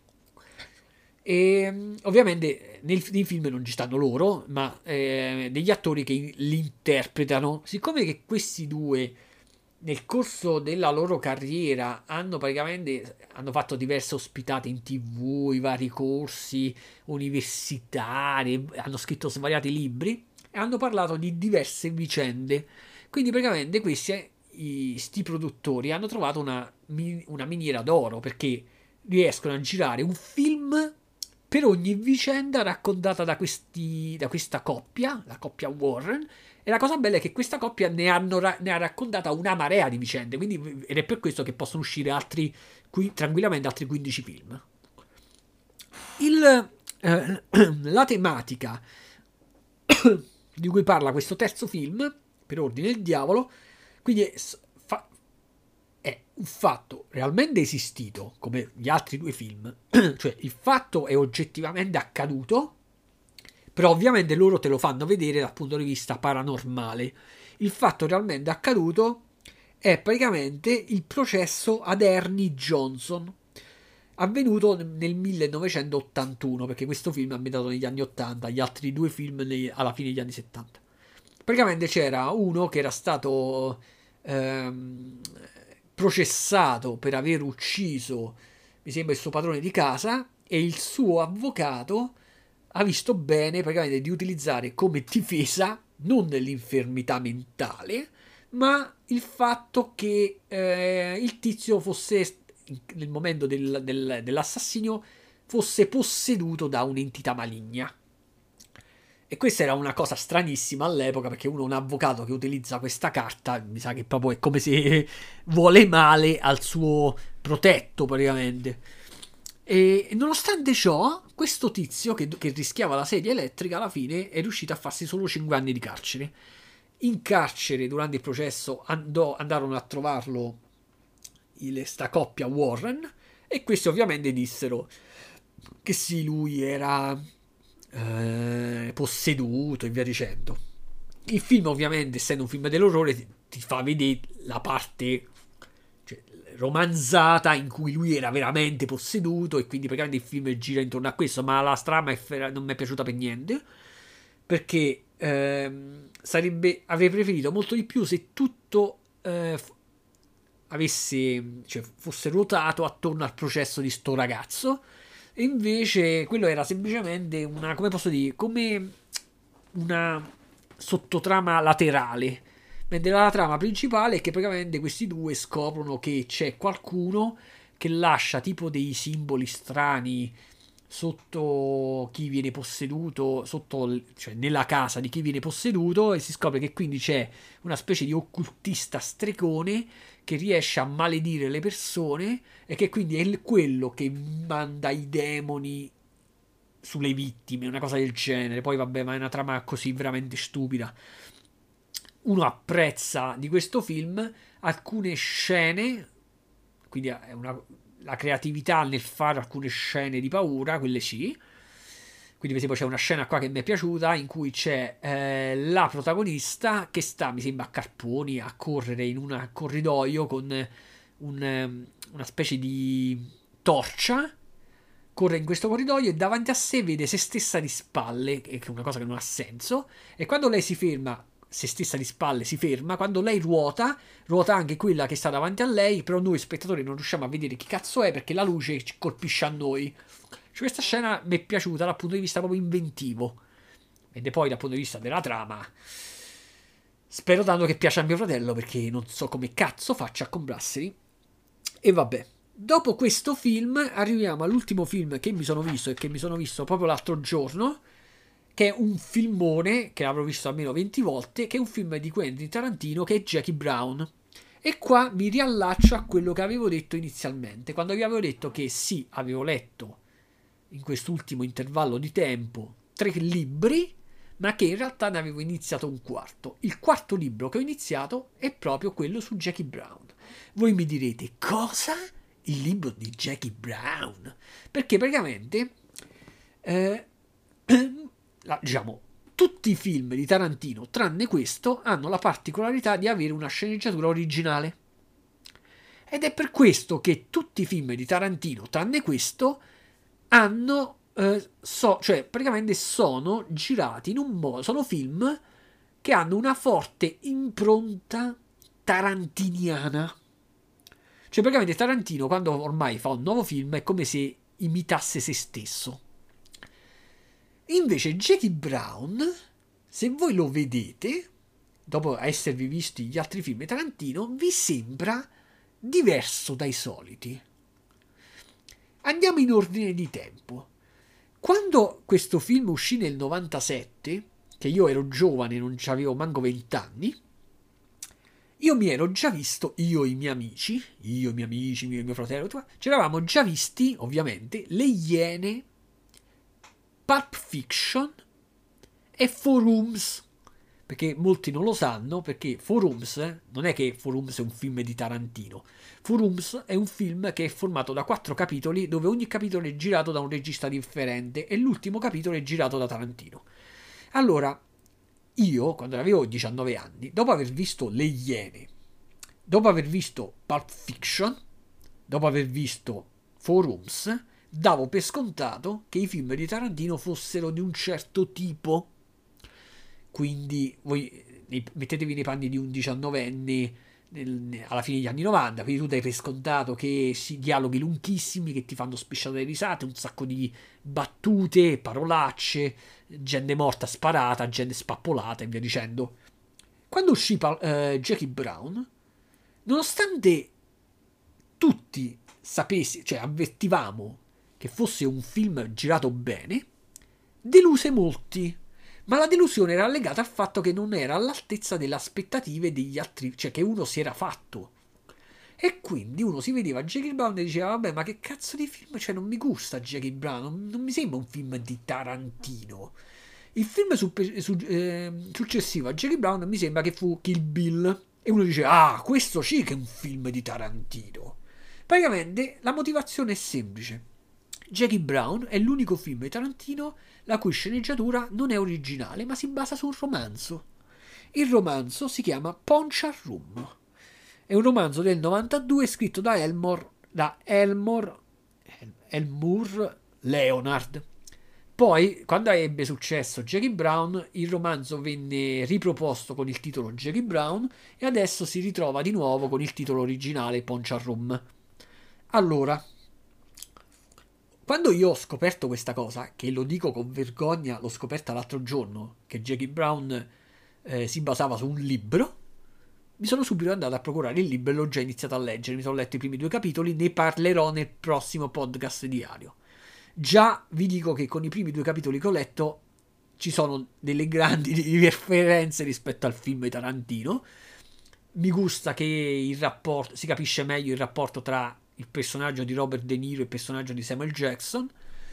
E ovviamente nel, nei film non ci stanno loro, ma eh, degli attori che li interpretano. Siccome che questi due nel corso della loro carriera hanno praticamente hanno fatto diverse ospitate in tv, i vari corsi universitari, hanno scritto svariati libri e hanno parlato di diverse vicende. Quindi praticamente questi i, sti produttori hanno trovato una, una miniera d'oro, perché riescono a girare un film per ogni vicenda raccontata da, questi, da questa coppia, la coppia Warren. E la cosa bella è che questa coppia ne, hanno, ne ha raccontata una marea di vicende, quindi, ed è per questo che possono uscire altri, qui, tranquillamente altri quindici film. Il, eh, la tematica di cui parla questo terzo film, per ordine del diavolo, quindi è, fa, è un fatto realmente esistito, come gli altri due film, cioè il fatto è oggettivamente accaduto, però ovviamente loro te lo fanno vedere dal punto di vista paranormale. Il fatto realmente accaduto è praticamente il processo ad Ernie Johnson, avvenuto nel millenovecentottantuno, perché questo film è ambientato negli anni ottanta, gli altri due film alla fine degli anni settanta. Praticamente c'era uno che era stato ehm, processato per aver ucciso, mi sembra, il suo padrone di casa, e il suo avvocato ha visto bene praticamente di utilizzare come difesa non l'infermità mentale, ma il fatto che eh, il tizio fosse, nel momento del, del, dell'assassinio, fosse posseduto da un'entità maligna. E questa era una cosa stranissima all'epoca, perché uno, un avvocato che utilizza questa carta, mi sa che proprio è come se vuole male al suo protetto praticamente. E nonostante ciò, questo tizio che, che rischiava la sedia elettrica alla fine è riuscito a farsi solo cinque anni di carcere. In carcere durante il processo andò, andarono a trovarlo il, sta coppia Warren, e questi ovviamente dissero che sì, lui era eh, posseduto e via dicendo. Il film ovviamente, essendo un film dell'orrore, ti, ti fa vedere la parte romanzata in cui lui era veramente posseduto, e quindi praticamente il film gira intorno a questo, ma la trama è, non mi è piaciuta per niente, perché ehm, sarebbe, avrei preferito molto di più se tutto eh, avesse, cioè, fosse ruotato attorno al processo di sto ragazzo, e invece quello era semplicemente una, come posso dire, come una sottotrama laterale. Mentre la trama principale è che praticamente questi due scoprono che c'è qualcuno che lascia tipo dei simboli strani sotto chi viene posseduto, sotto, cioè nella casa di chi viene posseduto, e si scopre che quindi c'è una specie di occultista stregone che riesce a maledire le persone, e che quindi è quello che manda i demoni sulle vittime, una cosa del genere. Poi vabbè, ma è una trama così veramente stupida. Uno apprezza di questo film alcune scene, quindi è una, la creatività nel fare alcune scene di paura, quelle sì. Quindi per esempio c'è una scena qua che mi è piaciuta, in cui c'è eh, la protagonista che sta, mi sembra, a carponi a correre in un corridoio con un, una specie di torcia. Corre in questo corridoio e davanti a sé vede se stessa di spalle, che è una cosa che non ha senso, e quando lei si ferma, se stessa di spalle si ferma, quando lei ruota, ruota anche quella che sta davanti a lei, però noi spettatori non riusciamo a vedere chi cazzo è, perché la luce ci colpisce a noi. Cioè, questa scena mi è piaciuta dal punto di vista proprio inventivo, ed è poi dal punto di vista della trama, spero tanto che piaccia a mio fratello, perché non so come cazzo faccia a comprarseli. E vabbè, dopo questo film arriviamo all'ultimo film che mi sono visto, e che mi sono visto proprio l'altro giorno, che è un filmone che avrò visto almeno venti volte, che è un film di Quentin Tarantino, che è Jackie Brown. E qua mi riallaccio a quello che avevo detto inizialmente, quando vi avevo detto che sì, avevo letto in quest'ultimo intervallo di tempo tre libri, ma che in realtà ne avevo iniziato un quarto. Il quarto libro che ho iniziato è proprio quello su Jackie Brown. Voi mi direte, cosa? Il libro di Jackie Brown? Perché praticamente, eh, la, diciamo, tutti i film di Tarantino, tranne questo, hanno la particolarità di avere una sceneggiatura originale. Ed è per questo che tutti i film di Tarantino, tranne questo, hanno, eh, so, cioè praticamente sono girati in un modo, sono film che hanno una forte impronta tarantiniana. Cioè praticamente Tarantino quando ormai fa un nuovo film è come se imitasse se stesso. Invece Jackie Brown, se voi lo vedete, dopo esservi visti gli altri film di Tarantino, vi sembra diverso dai soliti. Andiamo in ordine di tempo. Quando questo film uscì nel novantasette, che io ero giovane, non avevo manco vent'anni, io mi ero già visto, io e i miei amici, io e i miei amici, io e mio fratello, ci eravamo già visti, ovviamente, Le Iene, Pulp Fiction e Four Rooms. Perché molti non lo sanno, perché Four Rooms, eh, non è che Four Rooms è un film di Tarantino. Four Rooms è un film che è formato da quattro capitoli, dove ogni capitolo è girato da un regista differente e l'ultimo capitolo è girato da Tarantino. Allora, io, quando avevo diciannove anni, dopo aver visto Le Iene, dopo aver visto Pulp Fiction, dopo aver visto Four Rooms, davo per scontato che i film di Tarantino fossero di un certo tipo. Quindi voi mettetevi nei panni di un diciannovenne alla fine degli anni novanta, quindi tu dai per scontato che si dialoghi lunghissimi che ti fanno spisciare le risate, un sacco di battute, parolacce, gente morta sparata, gente spappolata e via dicendo. Quando uscì uh, Jackie Brown, nonostante tutti sapessi, cioè avvertivamo che fosse un film girato bene, deluse molti. Ma la delusione era legata al fatto che non era all'altezza delle aspettative degli altri, cioè che uno si era fatto. E quindi uno si vedeva Jackie Brown e diceva vabbè, ma che cazzo di film, cioè non mi gusta Jackie Brown, non, non mi sembra un film di Tarantino. Il film su, su, eh, successivo a Jackie Brown mi sembra che fu Kill Bill e uno dice ah, questo sì che è un film di Tarantino. Praticamente la motivazione è semplice. Jackie Brown è l'unico film di Tarantino la cui sceneggiatura non è originale ma si basa su un romanzo. Il romanzo si chiama Ponchar Room. È un romanzo del novantadue scritto da Elmore, da Elmore, Elmore Leonard. Poi, quando ebbe successo Jackie Brown, il romanzo venne riproposto con il titolo Jackie Brown e adesso si ritrova di nuovo con il titolo originale Ponchar Room. Allora, quando io ho scoperto questa cosa, che lo dico con vergogna, l'ho scoperta l'altro giorno, che Jackie Brown eh, si basava su un libro, mi sono subito andato a procurare il libro e l'ho già iniziato a leggere, mi sono letto i primi due capitoli, ne parlerò nel prossimo podcast diario. Già vi dico che con i primi due capitoli che ho letto ci sono delle grandi differenze rispetto al film di Tarantino. Mi gusta che il rapporto, si capisce meglio il rapporto tra il personaggio di Robert De Niro e il personaggio di Samuel Jackson.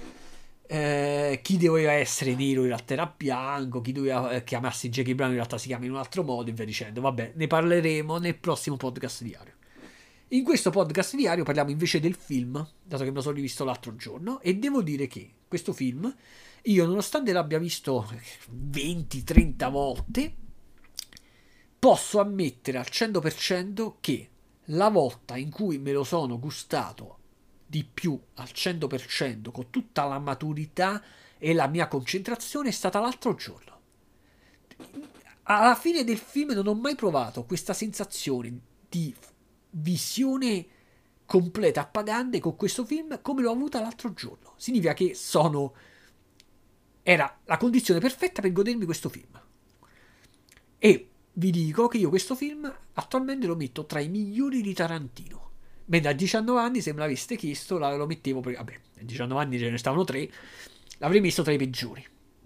Eh, chi doveva essere nero in realtà era bianco, chi doveva chiamarsi Jackie Brown in realtà si chiama in un altro modo e via dicendo. Vabbè, ne parleremo nel prossimo podcast diario. In questo podcast diario parliamo invece del film, dato che me lo sono rivisto l'altro giorno, e devo dire che questo film, io nonostante l'abbia visto venti trenta volte, posso ammettere al cento per cento che la volta in cui me lo sono gustato di più al cento per cento con tutta la maturità e la mia concentrazione è stata l'altro giorno. Alla fine del film non ho mai provato questa sensazione di visione completa appagante con questo film come l'ho avuta l'altro giorno. Significa che sono era la condizione perfetta per godermi questo film. E vi dico che io questo film attualmente lo metto tra i migliori di Tarantino. Mentre a diciannove anni, se me l'aveste chiesto, lo mettevo per... Vabbè, a diciannove anni ce ne stavano tre, l'avrei messo tra i peggiori.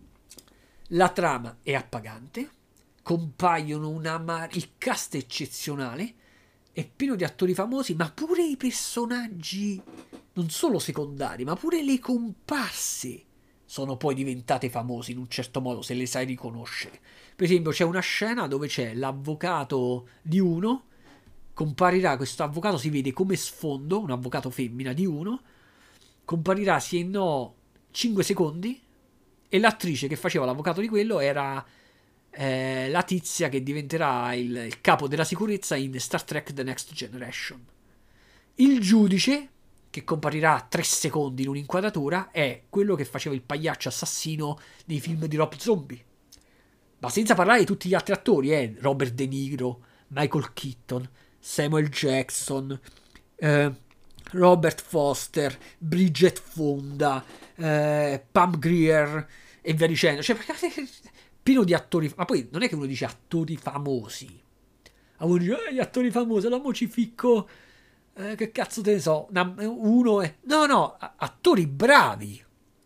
La trama è appagante, compaiono una mar... il cast è eccezionale, è pieno di attori famosi, ma pure i personaggi, non solo secondari, ma pure le comparse sono poi diventate famose in un certo modo, se le sai riconoscere. Per esempio c'è una scena dove c'è l'avvocato di uno, comparirà questo avvocato, si vede come sfondo, un avvocato femmina di uno, comparirà sì e no cinque secondi, e l'attrice che faceva l'avvocato di quello era eh, la tizia che diventerà il, il capo della sicurezza in Star Trek The Next Generation. Il giudice, che comparirà tre secondi in un'inquadratura, è quello che faceva il pagliaccio assassino nei film di Rob Zombie. Ma senza parlare di tutti gli altri attori, eh, Robert De Niro, Michael Keaton, Samuel Jackson, eh, Robert Foster, Bridget Fonda, eh, Pam Grier e via dicendo. Cioè, pieno di attori. Ma poi non è che uno dice attori famosi. A uno dice, eh, gli attori famosi, allora mo ci ficco, eh, che cazzo te ne so, una, uno è... No, no, attori bravi.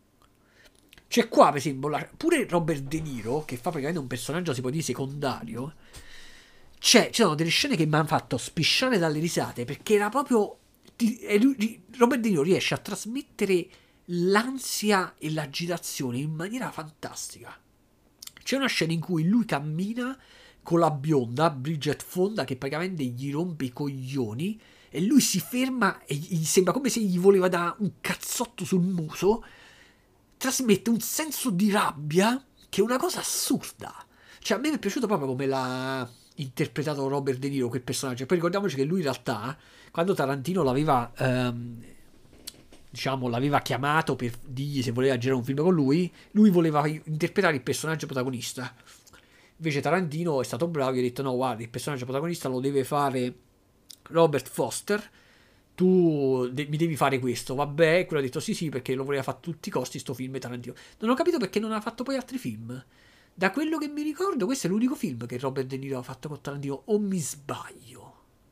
C'è qua, per esempio, la, pure Robert De Niro, che fa praticamente un personaggio, si può dire, secondario. C'è, ci sono delle scene che mi hanno fatto spisciare dalle risate, perché era proprio... Robert De Niro riesce a trasmettere l'ansia e l'agitazione in maniera fantastica. C'è una scena in cui lui cammina con la bionda Bridget Fonda che praticamente gli rompe i coglioni e lui si ferma e gli sembra come se gli voleva dare un cazzotto sul muso. Trasmette un senso di rabbia che è una cosa assurda. Cioè, a me mi è piaciuto proprio come l'ha interpretato Robert De Niro, quel personaggio. E poi ricordiamoci che lui in realtà, quando Tarantino l'aveva ehm, diciamo l'aveva chiamato per dirgli se voleva girare un film con lui, lui voleva interpretare il personaggio protagonista. Invece Tarantino è stato bravo e ha detto no, guarda, il personaggio protagonista lo deve fare Robert Foster, tu de- mi devi fare questo, vabbè. Quello ha detto sì sì, perché lo voleva fare a tutti i costi sto film Tarantino. Non ho capito perché non ha fatto poi altri film. Da quello che mi ricordo, questo è l'unico film che Robert De Niro ha fatto con Tarantino, o mi sbaglio?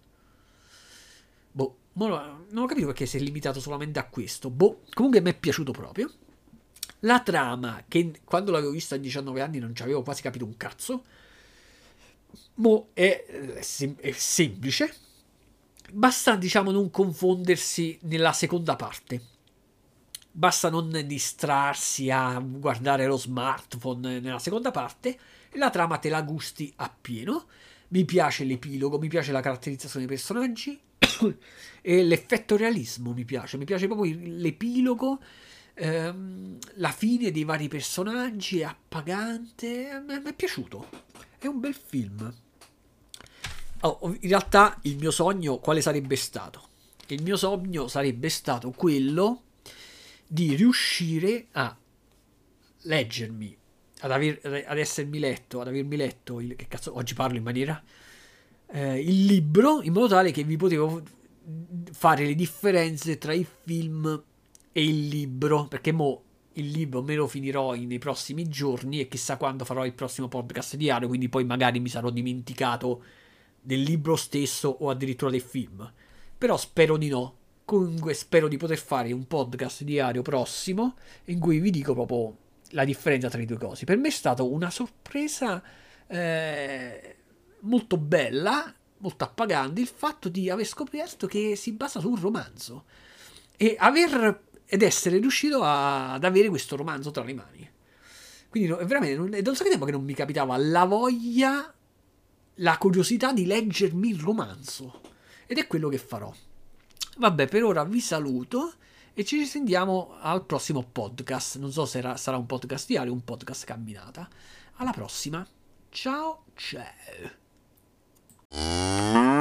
Boh, non ho capito perché si è limitato solamente a questo. Boh, comunque mi è piaciuto proprio. La trama, che quando l'avevo vista a diciannove anni non ci avevo quasi capito un cazzo, mo è, è, sem- è semplice. Basta, diciamo, non confondersi nella seconda parte. Basta non distrarsi a guardare lo smartphone nella seconda parte e la trama te la gusti appieno. Mi piace l'epilogo, mi piace la caratterizzazione dei personaggi e l'effetto realismo mi piace. Mi piace proprio l'epilogo, ehm, la fine dei vari personaggi è appagante. Mi è piaciuto. È un bel film. Oh, in realtà il mio sogno quale sarebbe stato? Il mio sogno sarebbe stato quello di riuscire a leggermi, ad, aver, ad essermi letto, ad avermi letto, il, che cazzo, oggi parlo in maniera, eh, il libro, in modo tale che vi potevo fare le differenze tra il film e il libro, perché mo il libro me lo finirò nei prossimi giorni e chissà quando farò il prossimo podcast diario, quindi poi magari mi sarò dimenticato del libro stesso o addirittura del film, però spero di no. Comunque spero di poter fare un podcast diario prossimo in cui vi dico proprio la differenza tra le due cose. Per me è stata una sorpresa eh, molto bella, molto appagante, il fatto di aver scoperto che si basa su un romanzo e aver ed essere riuscito a, ad avere questo romanzo tra le mani. Quindi no, veramente non, da un sacco di tempo che non mi capitava la voglia, la curiosità di leggermi il romanzo, ed è quello che farò. Vabbè, per ora vi saluto e ci risentiamo al prossimo podcast. Non so se sarà, sarà un podcast diario o un podcast camminata. Alla prossima. Ciao ciao.